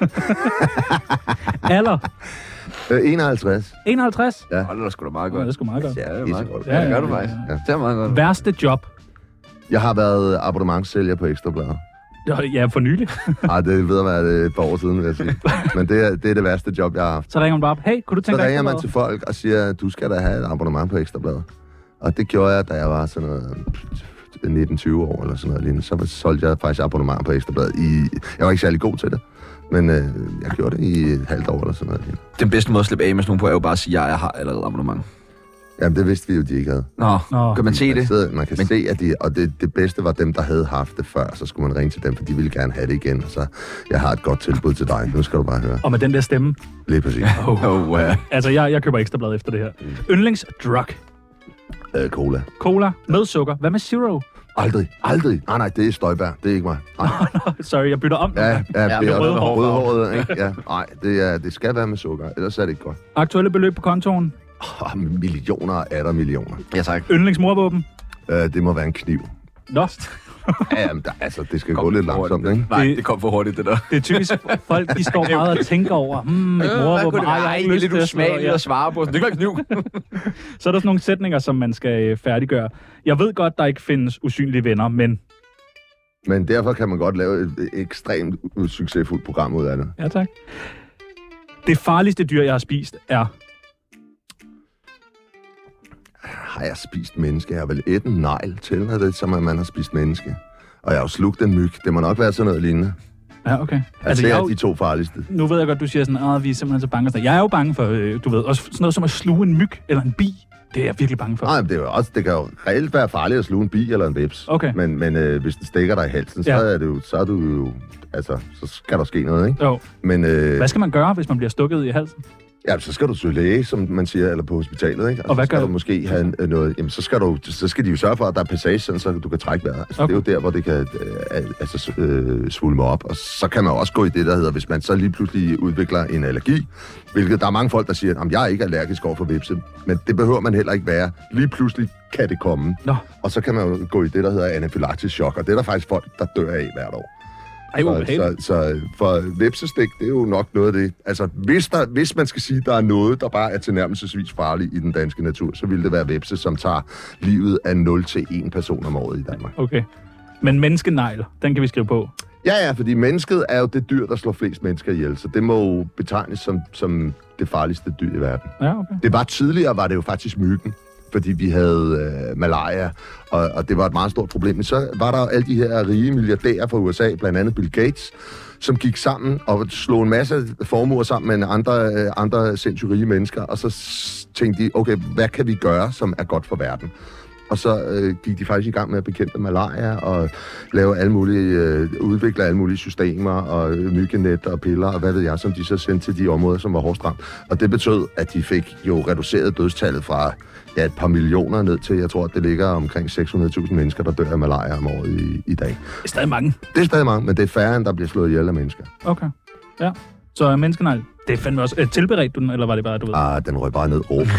Alder? 51. 51? Ja. Det er sgu da meget godt. Det er sgu meget godt. Ja, det er meget godt. Ja, det gør du faktisk. Ja. Det er meget godt. Værste job? Jeg har været abonnementssælger på Ekstra Bladet. Ja, for nylig. Nej, det ved jeg, det er et par år siden, vil jeg sige. Men det er det værste job, jeg har haft. Så ringer man bare op, hey, kunne du tænke dig Så ringer man til folk og siger, du skal da have et abonnement på Ekstra Bladet. Og det gjorde jeg, da jeg var sådan noget 19-20 år eller sådan noget lignende. Så solgte jeg faktisk abonnement på Ekstra Bladet. Jeg var ikke særlig god til det, men jeg gjorde det i et halvt år eller sådan noget lignende. Den bedste måde at slippe af med sådan nogle på, er jo bare at sige, jeg har allerede abonnement. Jamen, det vidste vi jo, de ikke havde. Nå. Kan man se det? Man kan se, at det bedste var dem, der havde haft det før, så skulle man ringe til dem, for de ville gerne have det igen. Så jeg har et godt tilbud til dig. Nu skal du bare høre. Og med den der stemme? Lige præcis. Altså, jeg køber Ekstra Bladet efter det her. Yndlingsdrug? Cola. Cola med sukker. Hvad med zero? Aldrig. Nej, det er Støjberg. Det er ikke mig. Sorry, jeg bytter om. Ja, det er rødhåret, ikke? Ja. Nej, det skal være med sukker, ellers er det ikke godt. Aktuelle beløb på kontoen? Millioner er der millioner. Ja, tak. Yndlingsmorvåben? Det må være en kniv. Nå. Det skal gå lidt langsomt, ikke? Nej, det kom for hurtigt, det der. Det er typisk folk, de står meget og tænker over, et morvåben, jeg har ikke lyst til at smage og svare på. Det kan ikke kniv. Så er der sådan nogle sætninger, som man skal færdiggøre. Jeg ved godt, der ikke findes usynlige venner, men... Men derfor kan man godt lave et ekstremt succesfuldt program ud af det. Ja, tak. Det farligste dyr, jeg har spist, er... Har jeg spist menneske? Jeg har vel et en negl til, at det, som at man har spist menneske. Og jeg har jo slugt en myg. Det må nok være sådan noget lignende. Ja, okay. Altså, det er de to farligste. Nu ved jeg godt, du siger sådan, vi er simpelthen så bange. Jeg er jo bange for, du ved, også sådan noget som at sluge en myg eller en bi. Det er jeg virkelig bange for. Nej, men det kan jo reelt være farligt at sluge en bi eller en hveps. Okay. Men hvis den stikker dig i halsen, så er du jo... Altså, så skal der ske noget, ikke? Jo. Men, hvad skal man gøre, hvis man bliver stukket i halsen? Ja, så skal du til læge, som man siger, eller på hospitalet, ikke? Og hvad gør du? Måske have noget... Jamen, så skal de jo sørge for, at der er passage, sådan, så du kan trække vejret. Altså, okay. Det er jo der, hvor det kan svulme op. Og så kan man også gå i det, der hedder, hvis man så lige pludselig udvikler en allergi, hvilket der er mange folk, der siger, at jeg er ikke allergisk over for hvepse. Men det behøver man heller ikke være. Lige pludselig kan det komme. Nå. Og så kan man jo gå i det, der hedder anafylaktisk chok. Og det er der faktisk folk, der dør af hvert år. Så for hvepsestik, det er jo nok noget af det. Altså, hvis man skal sige, at der er noget, der bare er tilnærmelsesvis farligt i den danske natur, så vil det være hvepse, som tager livet af 0 til 1 person om året i Danmark. Okay. Men menneskenegl, den kan vi skrive på. Ja, fordi mennesket er jo det dyr, der slår flest mennesker ihjel, så det må jo betegnes som det farligste dyr i verden. Ja, okay. Det var tidligere, var det jo faktisk myggen, fordi vi havde malaria, og det var et meget stort problem. Men så var der alle de her rige milliardærer fra USA, blandt andet Bill Gates, som gik sammen og slog en masse formuer sammen med andre sindssygt rige mennesker, og så tænkte de, okay, hvad kan vi gøre, som er godt for verden? Og så gik de faktisk i gang med at bekæmpe malaria og lave udvikle alle mulige systemer og myggenet og piller og hvad ved jeg, som de så sendte til de områder, som var hårdt ramt. Og det betød, at de fik jo reduceret dødstallet fra et par millioner ned til, jeg tror, at det ligger omkring 600.000 mennesker, der dør af malaria om året i dag. Det er stadig mange. Det er stadig mange, men det er færre, end der bliver slået ihjel af mennesker. Okay, ja. Så menneskerne, det er fandme også... Tilberedt du den, eller var det bare, du ved? Den røg bare ned.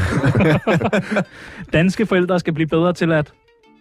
Danske forældre skal blive bedre til at...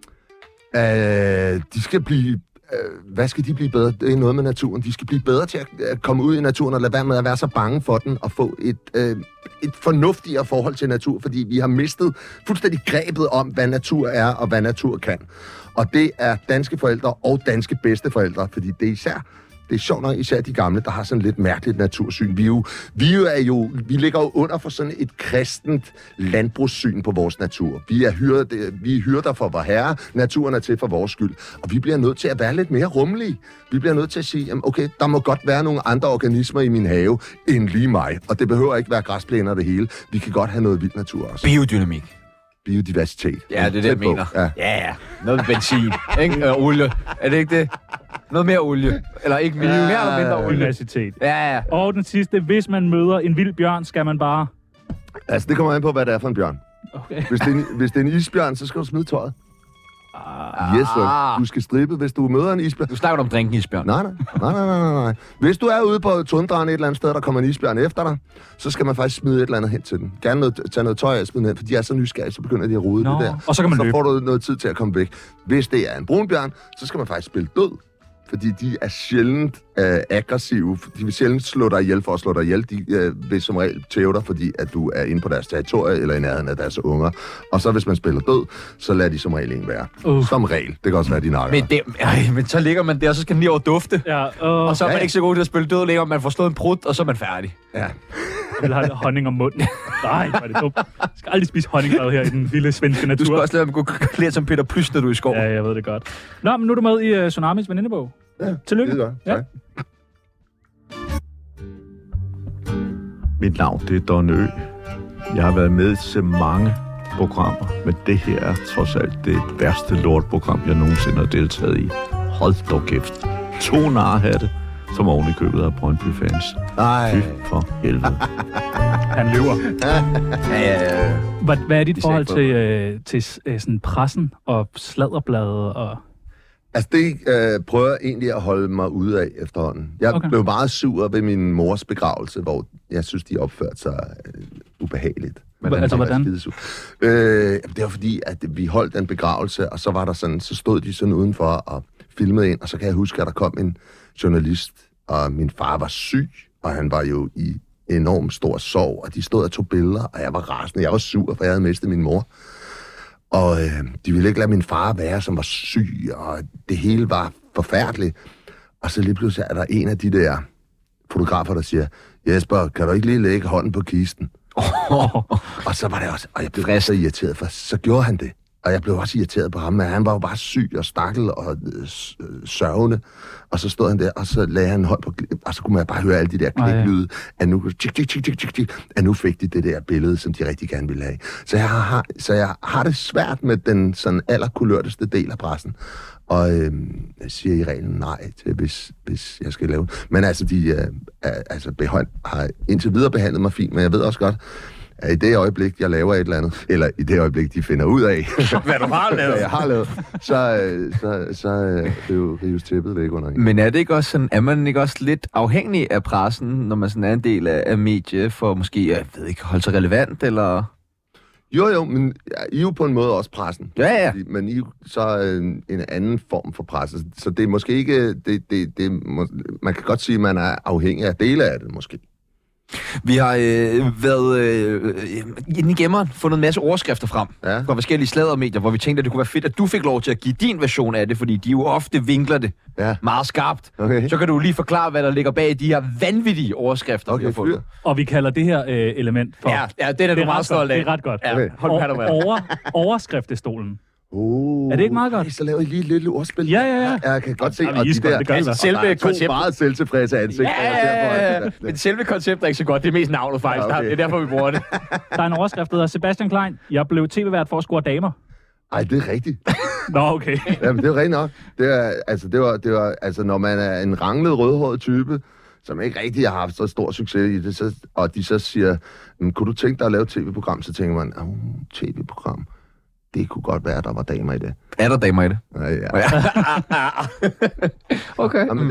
De skal blive... hvad skal de blive bedre? Det er noget med naturen. De skal blive bedre til at komme ud i naturen og lade være med at være så bange for den og få et fornuftigere forhold til natur, fordi vi har mistet fuldstændig grebet om, hvad natur er og hvad natur kan. Og det er danske forældre og danske bedsteforældre, fordi det er sjovt nok især de gamle, der har sådan lidt mærkeligt natursyn. Vi ligger jo under for sådan et kristent landbrugssyn på vores natur. Vi er hyrder for vor herre, naturen er til for vores skyld. Og vi bliver nødt til at være lidt mere rummelige. Vi bliver nødt til at sige, okay, der må godt være nogle andre organismer i min have, end lige mig. Og det behøver ikke være græsplæner det hele. Vi kan godt have noget vild natur også. Biodynamik. Biodiversitet. Ja, det er det, jeg mener. Ja. Noget med benzin, ikke? Olie. Er det ikke det? Noget mere olie. Eller ikke mere eller mindre olie. Universitet. Ja. Og den sidste, hvis man møder en vild bjørn, skal man bare... Altså, det kommer an på, hvad det er for en bjørn. Okay. Hvis det er en isbjørn, så skal du smide tøjet. Yes, sir. Du skal strippe, hvis du møder en isbjørn. Du snakker om drinken isbjørn. Nej. Hvis du er ude på tundraen et eller andet sted, der kommer en isbjørn efter dig, så skal man faktisk smide et eller andet hen til den. Gerne tage noget tøj og smide den, for de er så nysgerrige, så begynder de at rode det der. Og så kan man løbe. Så får du noget tid til at komme væk. Hvis det er en brunbjørn, så skal man faktisk spille død. Fordi de er sjældent aggressive. De vil sjældent slå dig ihjel for at slå dig ihjel. De vil som regel tæve dig, fordi at du er inde på deres territorie eller i nærheden af deres unger. Og så hvis man spiller død, så lader de som regel en være. Som regel. Det kan også være, de nakker. Men så ligger man der, og så skal den lige over dufte. Ja, og så er man ikke så god til at spille død længere. Man får slået en prut, og så er man færdig. Ja. Jeg vil have honning om munden. Nej, hvor er det dumt. Jeg skal aldrig spise honningrad her i den vilde svenske natur. Du skal også lade dem gå klædt som Peter Plys, når du er i skoven. Ja, jeg ved det godt. Nå, men nu er du med i Tsunamis venindebog. Ja, tillykke. Det er godt. Ja. Mit navn, det er Don Ø. Jeg har været med til mange programmer, men det her er trods alt det værste lortprogram, jeg nogensinde har deltaget i. Hold dog kæft. 2 narhatte, som oven i købet af Brøndby-fans. Nej. Fy for helvede. Han løber. Hvad er dit forhold til sådan pressen og sladderbladet og... Altså, det prøver jeg egentlig at holde mig ude af efterhånden. Jeg blev meget sur ved min mors begravelse, hvor jeg synes, de opførte sig ubehageligt. Altså, hvordan? Det var fordi, at vi holdt en begravelse, og så var der sådan, så stod de sådan udenfor og filmede ind, og så kan jeg huske, at der kom en journalist, og min far var syg, og han var jo i enormt stor sorg, og de stod og tog billeder, og jeg var rasende. Jeg var sur, for jeg havde mistet min mor. Og de ville ikke lade min far være, som var syg, og det hele var forfærdeligt. Og så lige pludselig er der en af de der fotografer, der siger, Jesper, kan du ikke lige lægge hånden på kisten? Og så var det også, og jeg blev så irriteret, for så gjorde han det. Og jeg blev også irriteret på ham, men han var jo bare syg og stakkel og sørgende. Og så stod han der, og så lagde han hånd på, og så kunne man bare høre alle de der kliklyde, at nu fik de det der billede, som de rigtig gerne ville have. Så jeg har det svært med den sådan allerkulørteste del af pressen. Og jeg siger i reglen nej til, hvis jeg skal lave. Men altså, de har indtil videre behandlet mig fint, men jeg ved også godt, at i det øjeblik, jeg laver et eller andet, eller i det øjeblik, de finder ud af, hvad du har lavet, hvad jeg har lavet, så rives tæppet væk under. Men er det ikke også sådan, er man ikke også lidt afhængig af pressen, når man sådan er en del af medie, for måske, jeg ved ikke, holde sig relevant, eller... Jo, men I er jo på en måde også pressen. Ja. Men I er jo så en anden form for presse. Så det er måske ikke... man kan godt sige, at man er afhængig af dele af det, måske. Vi har været inde i gemmeren, fundet en masse overskrifter frem fra forskellige sladdermedier, hvor vi tænkte, at det kunne være fedt, at du fik lov til at give din version af det, fordi de jo ofte vinkler det meget skarpt. Okay. Så kan du lige forklare, hvad der ligger bag de her vanvittige overskrifter, vi har fundet. Og vi kalder det her element for... Ja, det er du meget stolt af. Det er ret godt. Ja, hold overskriftestolen. Er det ikke meget godt? Så laver I lige et lille ordspil. Ja. Jeg kan godt se, at de der selve konceptet meget selvtilfredse ansigter. Ja. Men selve konceptet er ikke så godt. Det er mest navnet faktisk. Det er derfor, vi bruger det. Der er en overskrift, der hedder Sebastian Klein. Jeg blev tv-vært for at score damer. Ej, det er rigtigt. Nå, okay. Jamen, det er rigtigt nok. Det var, altså, når man er en ranglet, rødhåret type, som ikke rigtig har haft så stor succes i det, og de så siger, kunne du tænke dig at lave et tv-program? Så tænker man, tv-program, det kunne godt være, at der var damer i det. Er der damer i det? Ja. Okay. Jamen,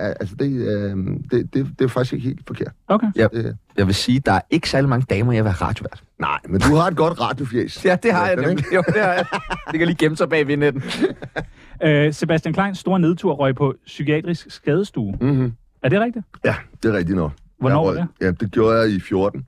det er faktisk ikke helt forkert. Okay. Jeg vil sige, der er ikke særlig mange damer i at være radiovært. Nej, men du har et godt radiofjæs. Ja, det har jeg nemlig. Jo, det har jeg. Det kan lige gemme sig bag vignetten. Sebastian Kleins store nedtur røg på psykiatrisk skadestue. Mm-hmm. Er det rigtigt? Ja, det er rigtigt nok. Hvornår var det? Ja, det gjorde jeg i 14.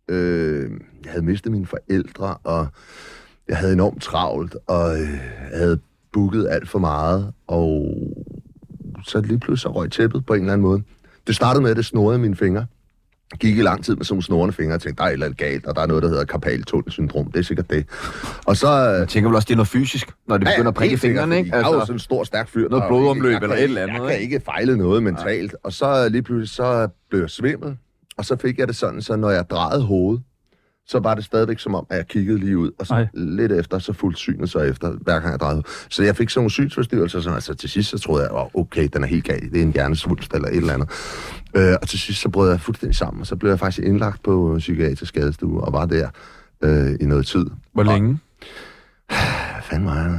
Jeg havde mistet mine forældre, og jeg havde enormt travlt, og jeg havde booket alt for meget, og så lige pludselig røg tæppet på en eller anden måde. Det startede med, at det snurrede mine fingre. Jeg gik i lang tid med sådan snurrende fingre og tænkte, der er et eller andet galt, og der er noget, der hedder karpaltunnelsyndrom. Det er sikkert det. Og så... Jeg tænker vel også, det er noget fysisk, når det begynder at prikke fingrene, ikke? Jeg er jo sådan en stor, stærk fyr. Noget blodomløb eller et eller andet. Jeg kan ikke fejle noget mentalt. Og så lige pludselig, så blev jeg svimmel, og så fik jeg det sådan, så når jeg drejede hovedet, så var det stadigvæk som om, at jeg kiggede lige ud, og så lidt efter, så fulgte synet så efter, hver gang jeg drejede. Så jeg fik sådan nogle synsforstyrrelser, som altså til sidst, så troede jeg, okay, den er helt gal, det er en hjernesvulst eller et eller andet. Og til sidst, så brød jeg fuldstændig sammen, og så blev jeg faktisk indlagt på psykiatrisk skadestue, og var der i noget tid. Hvor længe? Fandme meget.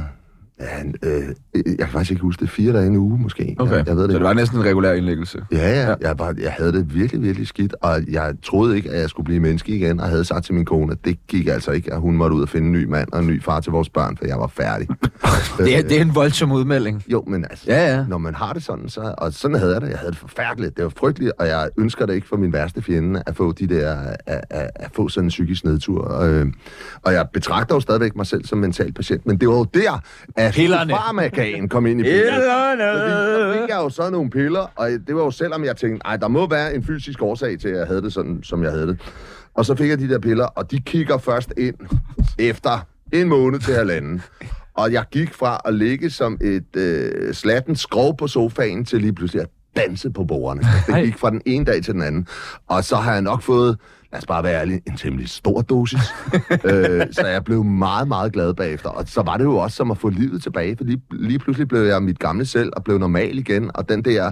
Jeg kan faktisk ikke huske det. 4 dage en uge, måske. Okay, jeg ved det. Så det var næsten en regulær indlæggelse? Ja. Jeg havde det virkelig, virkelig skidt, og jeg troede ikke, at jeg skulle blive menneske igen, og havde sagt til min kone, at det gik altså ikke, at hun måtte ud og finde en ny mand og en ny far til vores børn, for jeg var færdig. det er en voldsom udmelding. Jo, men altså, når man har det sådan, og sådan havde jeg det. Jeg havde det forfærdeligt. Det var frygteligt, og jeg ønsker det ikke for min værste fjende, at få at få sådan en psykisk nedtur. Og jeg betragter jo stadigvæk mig selv som mental patient, men det var jo der, at farmakaen kom ind i billedet. Så fik jeg jo så nogle piller, og det var jo selvom jeg tænkte, der må være en fysisk årsag til, at jeg havde det sådan, som jeg havde det. Og så fik jeg de der piller, og de kigger først ind efter 1 måned til 1,5. Og jeg gik fra at ligge som et slatten skrov på sofaen til lige pludselig at danse på bordene. Det gik fra den ene dag til den anden. Og så har jeg nok fået, lad os bare være ærlig, en temmelig stor dosis. Så jeg blev meget, meget glad bagefter. Og så var det jo også som at få livet tilbage, for lige pludselig blev jeg mit gamle selv og blev normal igen. Og den der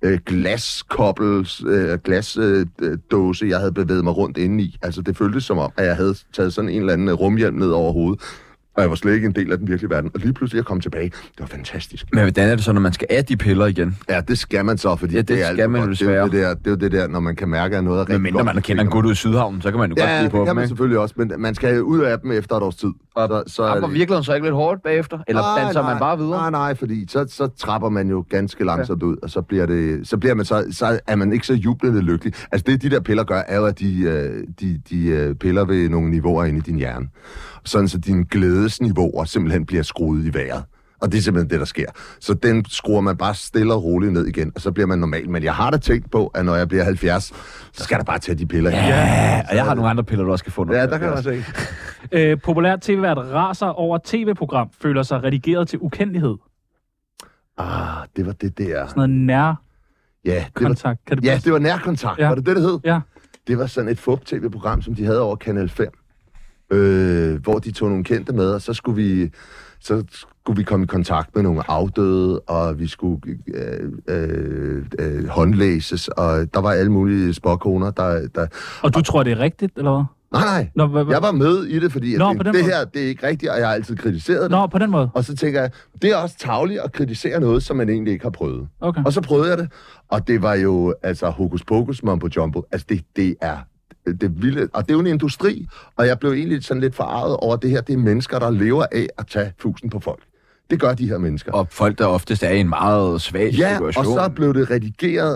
glasdåse, jeg havde bevæget mig rundt inde i, altså det føltes som om, at jeg havde taget sådan en eller anden rumhjelm ned over hovedet. Og jeg var slet ikke en del af den virkelige verden. Og lige pludselig jeg kom tilbage. Det var fantastisk. Men hvordan er det så, når man skal af de piller igen? Ja, det skal man så, fordi det skal man jo desværre. Det er jo det der, når man kan mærke, at noget er rigtig godt. Men mindre man kender en gut ud i Sydhavnen, så kan man jo godt blive på dem. Ja, det kan man selvfølgelig også, men man skal ud af dem efter et års tid. Så rammer virkeligheden så ikke lidt hårdt bagefter? Eller danser man bare videre? Nej, fordi så trapper man jo ganske langsomt ud, og så er man ikke så jublende lykkelig. Altså det, de der piller gør, er jo, at de piller ved nogle niveauer inde i din hjerne. Sådan så dine glædesniveauer simpelthen bliver skruet i vejret. Og det er simpelthen det, der sker. Så den skruer man bare stille og roligt ned igen, og så bliver man normal. Men jeg har da tænkt på, at når jeg bliver 70, så skal der bare tage de piller. Ja, og jeg har nogle andre piller, du også skal få noget. Ja, der kan man se. Populær tv-vært raser over tv-program, føler sig redigeret til ukendelighed. Det var det der. Sådan noget nærkontakt. Det var nærkontakt. Ja. Var det hed? Ja. Det var sådan et fup-tv-program, som de havde over Kanal 5. Hvor de tog nogle kendte med, og så skulle vi komme i kontakt med nogle afdøde, og vi skulle håndlæses, og der var alle mulige spåkoner, der... Og du tror, det er rigtigt, eller hvad? Nej. Jeg var med i det, fordi jeg tænkte, det her, det er ikke rigtigt, og jeg har altid kritiseret det. Nå, på den måde. Og så tænker jeg, det er også tarveligt at kritisere noget, som man egentlig ikke har prøvet. Okay. Og så prøvede jeg det, og det var jo, altså, hokus pokus, mumbo jumbo. Altså, det er vildt, og det er jo en industri, og jeg blev egentlig sådan lidt forarget over det her. Det er mennesker, der lever af at tage fusen på folk. Det gør de her mennesker. Og folk, der oftest er i en meget svag situation. Ja, og så blev det redigeret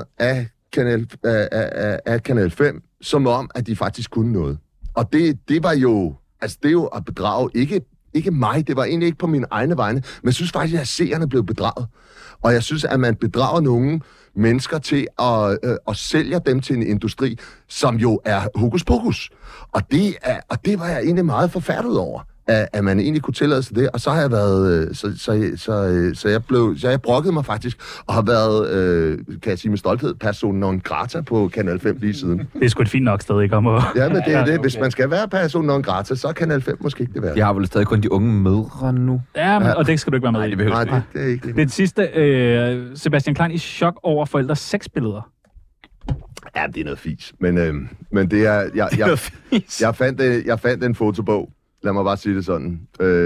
af Kanal 5, som om, at de faktisk kunne noget. Og det var jo, altså det er jo at bedrage, ikke mig, det var egentlig ikke på mine egne vegne, men jeg synes faktisk, at seerne blev bedraget. Og jeg synes, at man bedrager nogle mennesker til at sælge dem til en industri, som jo er hokus pokus. Og det var jeg egentlig meget forfærdet over. at man egentlig kunne tillade sig det, og så har jeg været, så jeg brokkede mig faktisk, og har været, kan jeg sige med stolthed, person non grata på Kanal 5 lige siden. Det er sgu et fint nok sted, ikke? Ja, men det er det. Hvis man skal være person non grata, så er Kanal 5 måske ikke det værd. De har vel stadig kun de unge mødre nu. Ja, men, og det skal du ikke være med Nej, i. det behøver Nej, det er ikke det. Det sidste, Sebastian Klein i chok over forældres sexbilleder. Ja, det er noget fis. Men det er... Jeg fandt en fotobog, lad mig bare sige det sådan,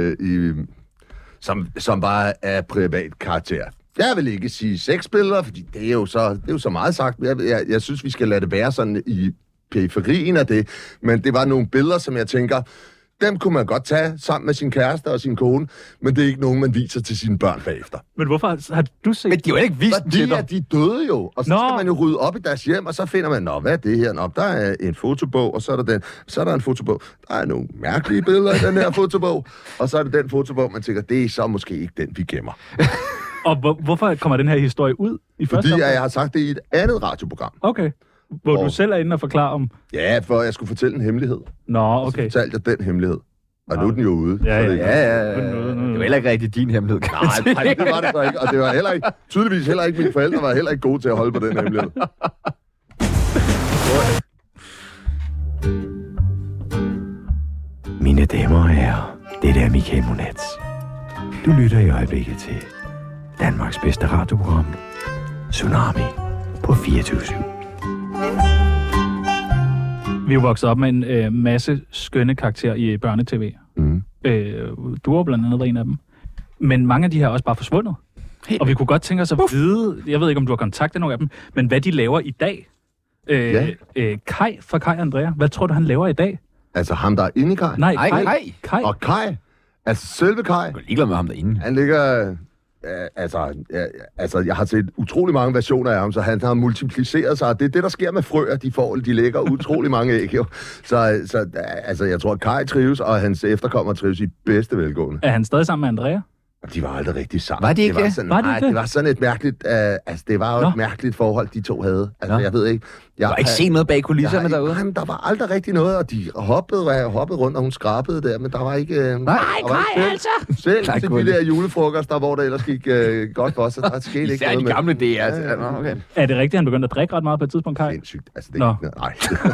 som bare er privat karakter. Jeg vil ikke sige sexbilleder, fordi det er jo så meget sagt. Jeg synes, vi skal lade det være sådan i periferien af det. Men det var nogle billeder, som jeg tænker, dem kunne man godt tage sammen med sin kæreste og sin kone, men det er ikke nogen, man viser til sine børn bagefter. Men hvorfor har du set? Men de har jo ikke vist det til dig. Fordi de døde jo, og så skal man jo rydde op i deres hjem, og så finder man, hvad er det her? Nå, der er en fotobog, og så er der den. Så er der en fotobog. Der er nogle mærkelige billeder i den her fotobog, og så er det den fotobog, man tænker, det er så måske ikke den, vi gemmer. Og hvorfor kommer den her historie ud i første Fordi jeg har sagt det i et andet radioprogram. Okay. Hvor du selv er inde og forklare om... Ja, for jeg skulle fortælle en hemmelighed. Nå, okay. Og så fortalte jeg den hemmelighed. Og nu er den jo ude. Ja. Det var heller ikke rigtig din hemmelighed. Nej, det var det så ikke. Og det var heller ikke, tydeligvis heller ikke mine forældre var heller ikke gode til at holde på den hemmelighed. Mine damer og herrer, det er Michael Monats. Du lytter i øjeblikket til Danmarks bedste radioprogram, Tsunami på 24/7. Vi er jo vokset op med en masse skønne karakterer i børnetv. Mm. Du var blandt andet en af dem. Men mange af de her er også bare forsvundet. Og vi kunne godt tænke os at vide, jeg ved ikke, om du har kontaktet nogle af dem, men hvad de laver i dag. Kai fra Kai Andrea, hvad tror du, han laver i dag? Altså ham, der er inde i Kai? Nej, Kai. Og Kai? Altså selve Kai? Jeg er ligeglad med ham derinde. Han ligger... jeg har set utrolig mange versioner af ham, så han har multipliceret sig, og det er det, der sker med frøer, de lægger utrolig mange æg, jo. Så jeg tror, at Kai trives, og hans efterkommere trives i bedste velgående. Er han stadig sammen med Andrea? De var aldrig rigtig sammen. Var de ikke det? Det var sådan et mærkeligt... det var jo et mærkeligt forhold, de to havde. Jeg ved ikke... Du har ikke set noget bag kulisserne derude? Nej, der var aldrig rigtig noget, og de hoppede rundt, og hun skrabede der, men der var ikke... Nej, altså! Selv til de der julefrokoster, hvor der ellers gik godt for os, så der skete ikke noget med... de gamle DR, altså. Okay. Er det rigtigt, han begyndte at drikke ret meget på et tidspunkt, Kai? Sindssygt. Altså, det er ikke... Nej.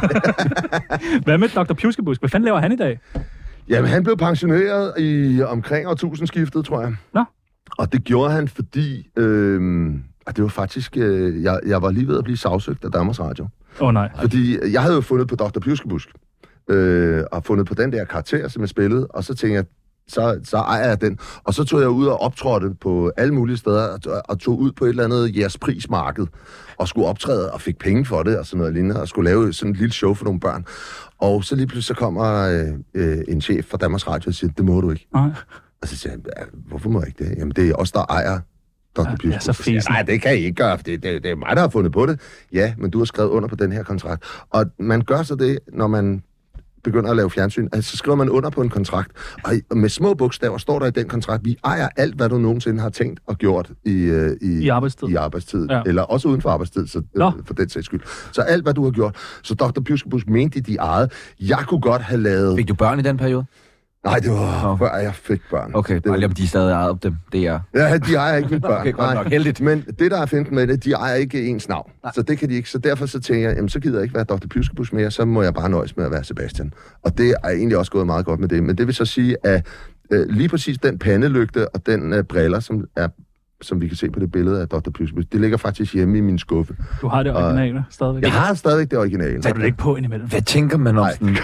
Hvad med Dr. Pjuskebusk? Hvad fanden laver han i dag? Jamen, han blev pensioneret i omkring årtusindskiftet, tror jeg. Nå. Og det gjorde han, fordi... det var faktisk... jeg var lige ved at blive sagsøgt af Danmarks Radio. Nej. Fordi jeg havde jo fundet på Dr. Pjuskebusk. Og fundet på den der karakter, som jeg spillede. Og så tænkte jeg, så ejer jeg den. Og så tog jeg ud og optrådte på alle mulige steder, og tog ud på et eller andet jægersprismarked, og skulle optræde og fik penge for det, og sådan noget lignende, og skulle lave sådan et lille show for nogle børn. Og så lige pludselig så kommer en chef fra Danmarks Radio og siger, det må du ikke. Nej. Og så siger jeg, hvorfor må jeg ikke det? Jamen, det er os, der ejer Dr. Pjuskebusk. Ja, så fesen. Nej, det kan I ikke gøre, for det er mig, der har fundet på det. Ja, men du har skrevet under på den her kontrakt. Og man gør så det, når man begynder at lave fjernsyn, altså, så skriver man under på en kontrakt, og med små bogstaver står der i den kontrakt, vi ejer alt, hvad du nogensinde har tænkt og gjort i arbejdstid. Ja. Eller også uden for arbejdstid, så, for den sags skyld. Så alt, hvad du har gjort. Så Dr. Pjuskebusk mente de ejede. Jeg kunne godt have lavet... Fik du børn i den periode? Nej, det var før jeg fik børn. Okay, bare lige om de stadig ejer dem, det er... Ja, de ejer ikke mine børn. Okay, godt nok, heldigt. Men det, der er fint med det, de ejer ikke ens navn. Nej. Så det kan de ikke. Så derfor så tænker jeg, jamen, så gider jeg ikke være Dr. Pjuskebusk mere, så må jeg bare nøjes med at være Sebastian. Og det er egentlig også gået meget godt med det. Men det vil så sige, at lige præcis den pandelygte og den briller, som vi kan se på det billede af Dr. Pjuskebusk, det ligger faktisk hjemme i min skuffe. Du har det originale stadigvæk? Jeg har stadigvæk det originale. Tager du det ikke på indimellem? Hvad tænker man om sådan?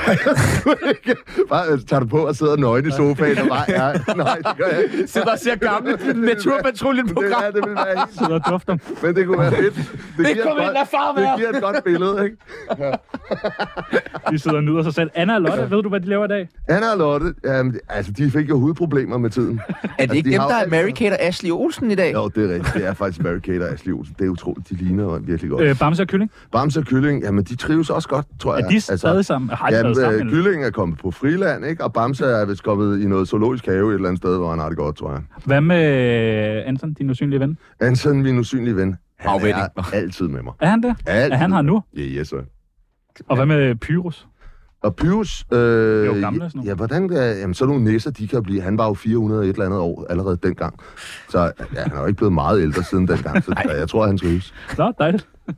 Bare tager du på og sidder nøgen i sofaen og bare... Ja, nej, det gør jeg ikke. Sidder og ser gamle Naturpatruljen-program. Det vil være helt... Sidder og dufter. Men det kunne være fedt. Det giver et godt billede, ikke? Ja. De sidder og nyder sig selv. Anna og Lotte, ved du, hvad de laver i dag? Anna og Lotte, altså de fik jo hudproblemer med tiden. Er det ikke dem, der er Mary-Kate og Ashley Olsen i dag? Jo, det er rigtigt. Det er faktisk Mary-Kate og Ashley Olsen. Det er utroligt. De ligner jo virkelig godt. Bamse og Kylling? Bamse og Kylling, jamen de trives også godt, tror jeg. Er de stadig sammen? Har de været sammen? Kylling er kommet på friland, ikke? Og Bamse er vist kommet i noget zoologisk have et eller andet sted, hvor han har det godt, tror jeg. Hvad med Anton, din usynlige ven? Anton, min usynlige ven. Han er altid med mig. Er han det? Altid. Er han her nu? Ja, yes, sir. Og hvad med Pyrus? Og Pyrus, ja, hvordan, jamen sådan nogle næsser, de kan blive, han var jo 400 et eller andet år allerede dengang. Så ja, han er jo ikke blevet meget ældre siden dengang, så jeg tror, han trives. Nå, dejligt. Der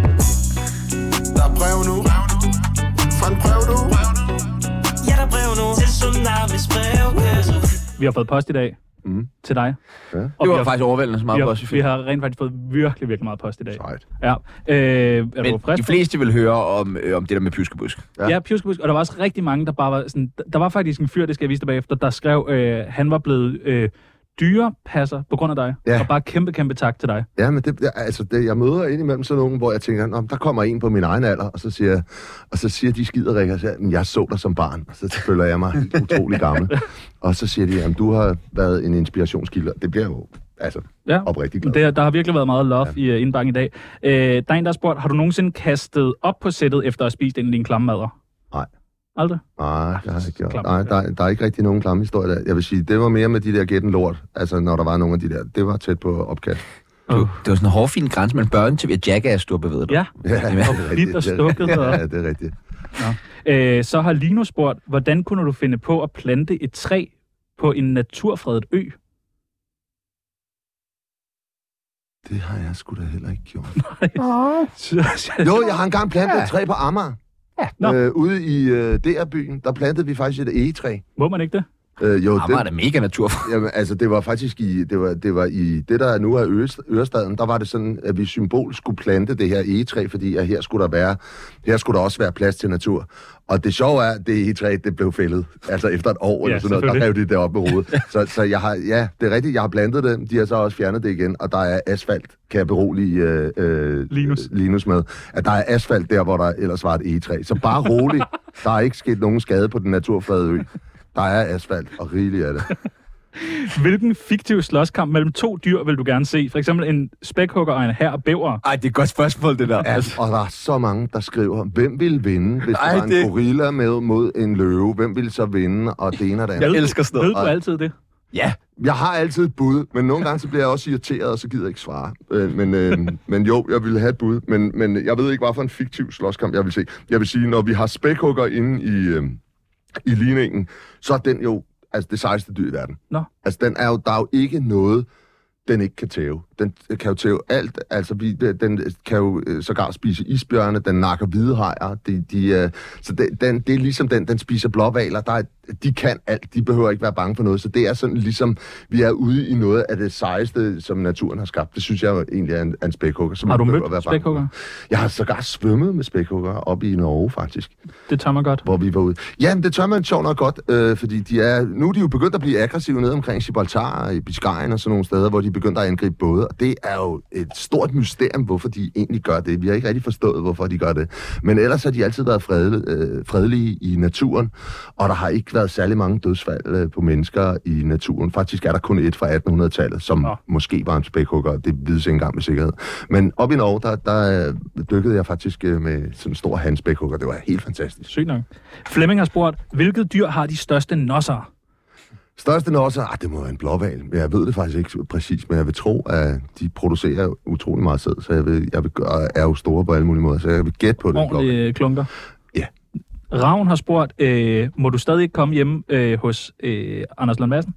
er brev nu. Fra en brev nu. Ja, der er brev nu. Til Tsunamis brevkasse. Vi har fået post i dag. Til dig. Ja. Det var faktisk overvældende så meget post. Vi har rent faktisk fået virkelig meget post i dag. Sejt. Ja. Men de fleste vil høre om det der med pjuskebusk. Ja, pjuskebusk. Og der var også rigtig mange, der bare var sådan... Der var faktisk en fyr, det skal jeg vise dig bagefter, der skrev, han var blevet dyrepasser på grund af dig. Ja. Og bare kæmpe tak til dig. Ja, men jeg møder indimellem sådan nogen, hvor jeg tænker, der kommer en på min egen alder, og så siger de skider, jeg så dig som barn, og så føler jeg mig helt utrolig gammel. Og så siger de, du har været en inspirationskilde. Det bliver jo oprigtigt glad. Der har virkelig været meget love i indbakken i dag. Der er en, der har spurgt, har du nogensinde kastet op på sættet efter at have spist en af dine klamme madder? Nej. Aldrig? Nej, det har jeg ikke gjort. Nej, der er ikke rigtig nogen klamme historie der. Jeg vil sige, det var mere med de der gætten lort. Altså, når der var nogle af de der, det var tæt på opkast. Det var sådan en hårfin grænse mellem børne-tv og Jackass, du har bevæget dig. Ja, det er rigtigt. Og stukket. Ja, det er rigtigt. Ja. Så har Lino spurgt, hvordan kunne du finde på at plante et træ på en naturfredet ø? Det har jeg sgu da heller ikke gjort. Jo, jeg har engang plantet et træ på Amager. Ja. Ude i DR-byen, der plantede vi faktisk et egetræ. Må man ikke det? Jo, det var da mega naturfredet. Jamen, altså, det var faktisk det var i det, der nu er Ørestaden, der var det sådan, at vi symbol skulle plante det her egetræ, fordi at her skulle der også være plads til natur. Og det sjove er, at det egetræ, det blev fældet. Altså efter et år eller sådan noget, der rev de det op med hovedet. Så jeg har, det er rigtigt, jeg har plantet det. De har så også fjernet det igen, og der er asfalt, kan jeg berolige Linus med, at der er asfalt der, hvor der ellers var et egetræ. Så bare roligt, der er ikke sket nogen skade på den naturfredede ø. Der er asfalt, og rigeligt af det. Hvilken fiktiv slåskamp mellem to dyr vil du gerne se? For eksempel en spækhugger og en hær bæver. Ej, det er et godt spørgsmål, det der. Ja, og der er så mange, der skriver, hvem vil vinde, hvis der var en gorilla mod en løve? Hvem vil så vinde, og det ene og det andet? Jeg elsker sådan noget. Ved du altid det? Ja, jeg har altid et bud, men nogle gange så bliver jeg også irriteret, og så gider jeg ikke svare. Men jo, jeg vil have et bud, men jeg ved ikke, hvad for en fiktiv slåskamp jeg vil se. Jeg vil sige, når vi har spækhugger inde i ligningen, så er den jo det sejeste dyr i verden. Nå. Altså, der er jo ikke noget, den ikke kan tæve. Den kan jo tæve alt. Altså, den kan jo sågar spise isbjørne, den nakker hvidehajer. Så det er ligesom den spiser blåhvaler. De kan alt. De behøver ikke være bange for noget. Så det er sådan ligesom, vi er ude i noget af det sejeste, som naturen har skabt. Det synes jeg jo egentlig er en spækhugger. Har du mødt spækhugger? Jeg har sågar svømmet med spækhugger oppe i Norge, faktisk. Det tør man godt. Hvor vi var ude. Ja, det tør man sjovt nok godt, fordi nu er de jo begyndt at blive aggressive nede omkring Gibraltar, i Biscayen og sådan nogle steder, hvor de begynder at angribe både. Og det er jo et stort mysterium, hvorfor de egentlig gør det. Vi har ikke rigtig forstået, hvorfor de gør det. Men ellers har de altid været fredelige i naturen, og der har ikke været særlig mange dødsfald på mennesker i naturen. Faktisk er der kun et fra 1800-tallet, som måske var en spækhugger. Det vides ikke engang med sikkerhed. Men op i Norge, der dykkede jeg faktisk med sådan en stor handspækhugger. Det var helt fantastisk. Sygt nok. Flemming har spurgt, hvilket dyr har de største nosser? Største nosser? Det må være en blåhval. Jeg ved det faktisk ikke præcis, men jeg vil tro, at de producerer utrolig meget sæd, så jeg vil gøre, er jo store på alle mulige måder, så jeg vil gætte på det. Ordentlige klunker? Ja. Ravn har spurgt, må du stadig ikke komme hjem hos Anders Lund Madsen?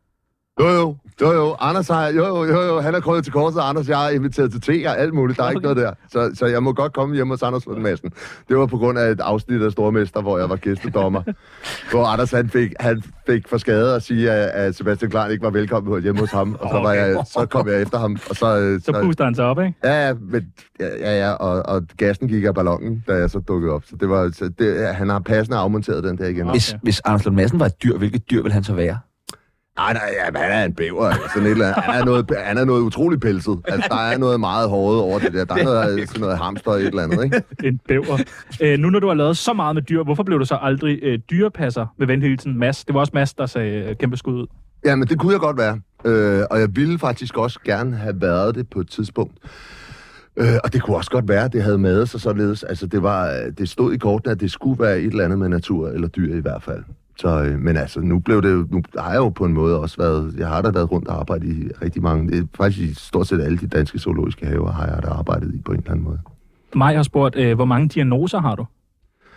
Jo. Anders har, han er krøjet til korset, Anders, jeg har inviteret til te og alt muligt. Der er ikke noget der. Så jeg må godt komme hjem hos Anders Lund Madsen. Det var på grund af et afsnit af Stormester, hvor jeg var gæstedommer. Hvor Anders han fik for skade at sige, at Sebastian Klein ikke var velkommen hjemme hos ham. Og så kom jeg efter ham. Og så puster han sig op, ikke? Ja, og gassen gik af ballonen, da jeg så dukkede op. Så det var, han har passende afmonteret den der igen. Hvis Anders Lund Madsen var et dyr, hvilket dyr vil han så være? Nej, han er en bæver. Sådan et eller andet. Han er noget utroligt pelset. Altså, der er noget meget hårdt over det der. Der er noget hamster og et eller andet, ikke? En bæver. Nu når du har lavet så meget med dyr, hvorfor blev du så aldrig dyrepasser med venhilsen Mads? Det var også Mads, der sagde kæmpe skud ud. Ja, men det kunne jeg godt være. Og jeg ville faktisk også gerne have været det på et tidspunkt. Og det kunne også godt være, at det havde med sig således. Altså, det stod i kortene, at det skulle være et eller andet med natur eller dyr i hvert fald. Så, men altså, nu har jeg jo på en måde også været, jeg har da været rundt og arbejdet i rigtig mange, det er faktisk i stort set alle de danske zoologiske haver, har jeg da arbejdet i på en eller anden måde. Maj har spurgt, hvor mange diagnoser har du?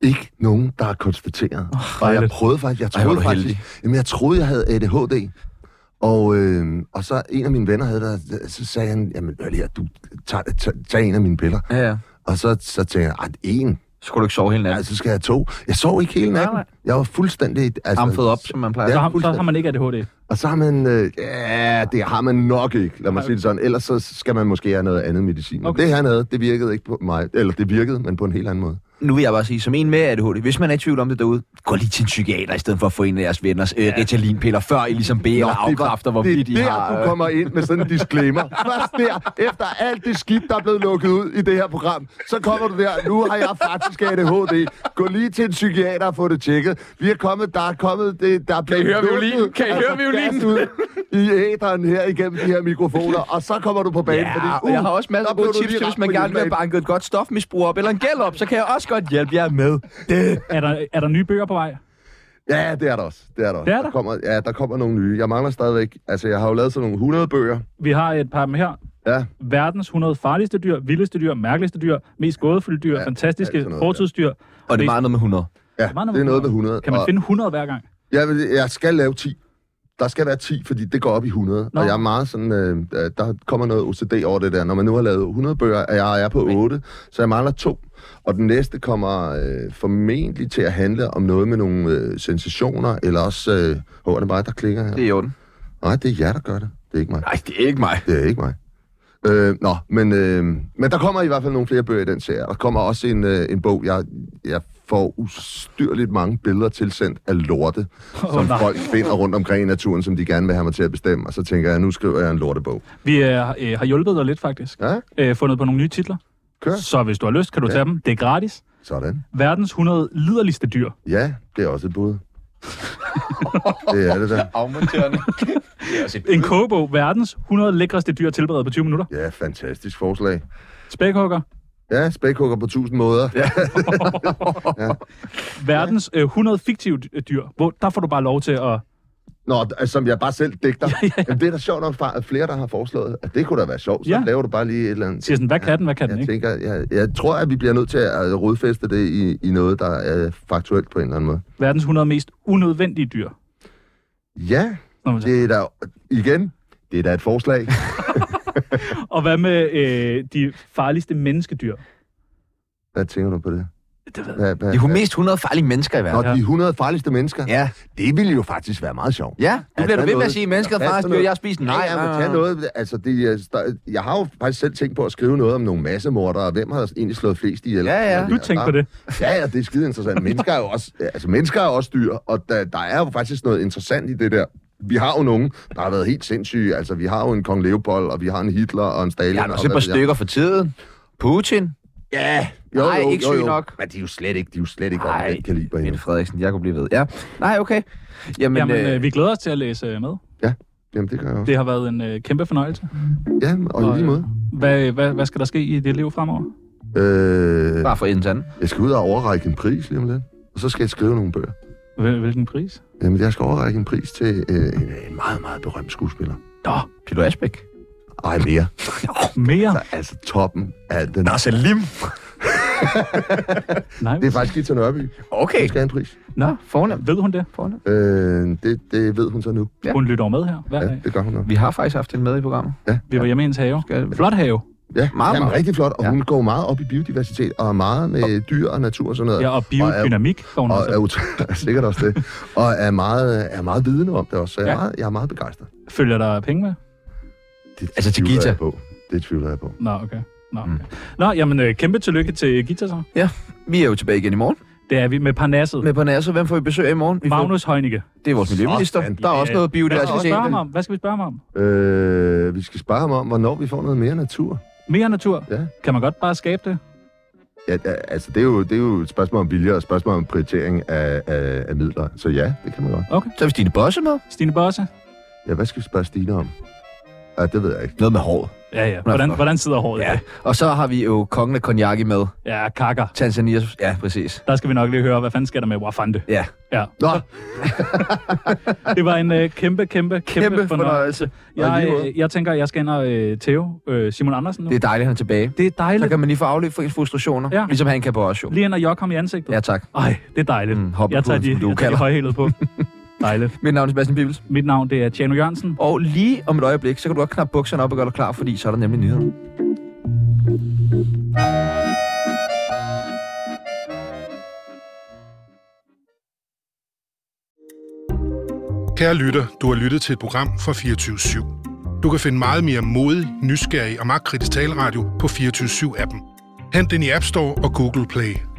Ikke nogen, der har konstateret. Og jeg prøvede faktisk, jeg troede, jeg havde ADHD. Og så en af mine venner havde der, så sagde han, jamen lige, du tager en af mine piller. Ja. Og så tænkte jeg, en. Så skulle du ikke sove hele natten? Ja, så skal jeg 2. Jeg sov ikke hele natten. Jeg var fuldstændig... Ampet op, som man plejer. Så har man ikke ADHD. Og så har man... det har man nok ikke, lad mig sige det sådan. Ellers så skal man måske have noget andet medicin. Okay. Det han havde, det virkede ikke på mig. Eller det virkede, men på en helt anden måde. Nu vil jeg bare sige, som en med ADHD, hvis man er i tvivl om det derude, gå lige til en psykiater, i stedet for at få en af jeres venners Ritalin-piller, før I ligesom beder og afkræfter, hvorvidt I har... Det er der, du kommer ind med sådan en disclaimer. Først der, efter alt det skidt, der er blevet lukket ud i det her program, så kommer du der, nu har jeg faktisk ADHD. Gå lige til en psykiater og få det tjekket. Der er blevet... Kan I høre violinen? Ud i æderen her igennem de her mikrofoner, og så kommer du på banen. Ja, fordi, jeg har også masser af gode tips til, hvis man gerne vil have banket et godt stofmisbrug op, eller en gæld op, så kan jeg også godt hjælpe jer med det. Er der nye bøger på vej? Ja, det er der også. Der kommer nogle nye. Jeg mangler stadigvæk... Altså, jeg har jo lavet sådan nogle 100 bøger. Vi har et par af dem her. Ja. Verdens 100 farligste dyr, vildeste dyr, mærkeligste dyr, mest gådefulde dyr, fantastiske fortidsdyr. Og det er meget noget med 100. Ja, det er noget med 100. Kan man finde 100 hver gang? Jeg skal lave 10. Der skal være 10, fordi det går op i 100. Og jeg er meget sådan... der kommer noget OCD over det der. Når man nu har lavet 100 bøger, og jeg er på 8, så jeg mangler 2. Og den næste kommer formentlig til at handle om noget med nogle sensationer, eller også... er det bare, der klikker her? Det er i orden. Nej, det er jer, der gør det. Det er ikke mig. Nej, det er ikke mig. Det er ikke mig. Men der kommer i hvert fald nogle flere bøger i den serie. Der kommer også en bog, jeg får ustyrligt mange billeder tilsendt af lorte, som folk finder rundt omkring i naturen, som de gerne vil have mig til at bestemme. Og så tænker jeg, nu skriver jeg en lortebog. Vi har hjulpet dig lidt, faktisk. Ja? Fundet på nogle nye titler. Kør. Så hvis du har lyst, kan du tage dem. Det er gratis. Sådan. Verdens 100 liderligste dyr. Ja, det er også et bud. Det er det der. Afmonterende. En kogebog. Verdens 100 lækreste dyr tilberedt på 20 minutter. Ja, fantastisk forslag. Spækhugger. Ja, spækhugger på 1000 måder. Ja. Ja. Verdens 100 fiktive dyr. Der får du bare lov til at... Nå, som jeg bare selv digter. Ja. Jamen, det er da sjovt nok, at flere, der har foreslået, at det kunne da være sjovt. Så laver du bare lige et eller andet. Siger sådan, hvad kan den, hvad kan den ikke? Jeg tror, at vi bliver nødt til at rodfæste det i noget, der er faktuelt på en eller anden måde. Verdens 100 mest unødvendige dyr. Ja, det er da... Igen, det er da et forslag. Og hvad med de farligste menneskedyr? Hvad tænker du på det? De mest 100 farlige mennesker i verden. Nå, de 100 farligste mennesker? Ja. Det ville jo faktisk være meget sjovt. Ja, du bliver ved med at sige, at mennesker er farligste dyr, jeg har spist. Nej, jeg må tage noget. Altså, jeg har jo faktisk selv tænkt på at skrive noget om nogle massemordere, og hvem har egentlig slået flest ihjel. Ja. Du tænker på det? Ja, det er skide interessant. Mennesker er jo også dyr, og der er jo faktisk noget interessant i det der. Vi har jo nogen, der har været helt sindssyge. Altså, vi har jo en kong Leopold, og vi har en Hitler og en Stalin. Ja, også et par stykker for tiden. Putin. Ja, jo, ikke syg nok. Men de er jo slet ikke om den kaliber. Mette Frederiksen, jeg kunne blive ved. Ja, nej, okay. Jamen vi glæder os til at læse med. Ja, jamen det gør jeg også. Det har været en kæmpe fornøjelse. Ja, og lige måde. Hvad skal der ske i dit liv fremover? Bare for en anden. Jeg skal ud og overrække en pris lige om lidt. Og så skal jeg skrive nogle bøger. Hvilken pris? Jamen, jeg skal overrække en pris til en meget, meget berømt skuespiller. Peter Asbæk. Ej, mere. Mere? Altså toppen af den... Nasser Lim. Nej, det er faktisk Gita Nørby. Okay. Hun skal have en pris. Nå, fornemt. Ved hun det? Det ved hun så nu. Ja. Hun lytter med her hver dag. Det gør hun nok. Vi har faktisk haft hende med i programmet. Ja. Vi var hjemme i hendes have. Flot have. Ja, meget. Rigtig flot, og hun går meget op i biodiversitet, og er meget med dyr og natur og sådan noget. Ja, og biodynamik. Og er sikkert også det. Og er meget vidende om det også, så jeg er meget begejstret. Følger der penge med? Altså til Gita? Det tvivler jeg på. Nå, okay. Nå, jamen kæmpe tillykke til Gita så. Ja, vi er jo tilbage igen i morgen. Det er vi med Parnasset. Med Parnasset. Hvem får vi besøg i morgen? Magnus Heunicke. Det er vores miljøminister. Der er også noget biodiversitet. Hvad skal vi spørge ham om? Vi skal spørge ham om, hvornår vi får noget mere natur. Mere natur? Ja. Kan man godt bare skabe det? Ja, altså det er jo et spørgsmål om vilje og et spørgsmål om prioritering af midler. Så ja, det kan man godt. Okay. Så er vi Stine Bosse med? Stine Bosse? Ja, hvad skal vi spørge Stine om? Ja, det ved jeg ikke. Noget med håret. Ja. Hvordan sidder håret? Ja. Og så har vi jo kongen af konjaki med. Ja, Kaka. Tanzanias. Ja, præcis. Der skal vi nok lige høre, hvad fanden sker der med Wafande. Ja. Nå. Det var en kæmpe fornøjelse. Jeg tænker, jeg skal ind og tæve Simon Andersen nu. Det er dejligt, han er tilbage. Det er dejligt. Så kan man lige få afløb for ens frustrationer. Ja. Ligesom han kan på os jo. Lige ind og jokke ham i ansigtet. Ja, tak. Ej, det er dejligt. Jeg tager de højhælede på. Dejligt. Mit navn er Sebastian Pibels. Mit navn, det er Tjano Jørgensen. Og lige om et øjeblik, så kan du også knappe bukserne op og gøre dig klar, fordi så er der nemlig nyheder. Kære lytter, du har lyttet til et program fra 24/7. Du kan finde meget mere modig, nysgerrig og magtkritisk taleradio på 24/7-appen. Hent den i App Store og Google Play.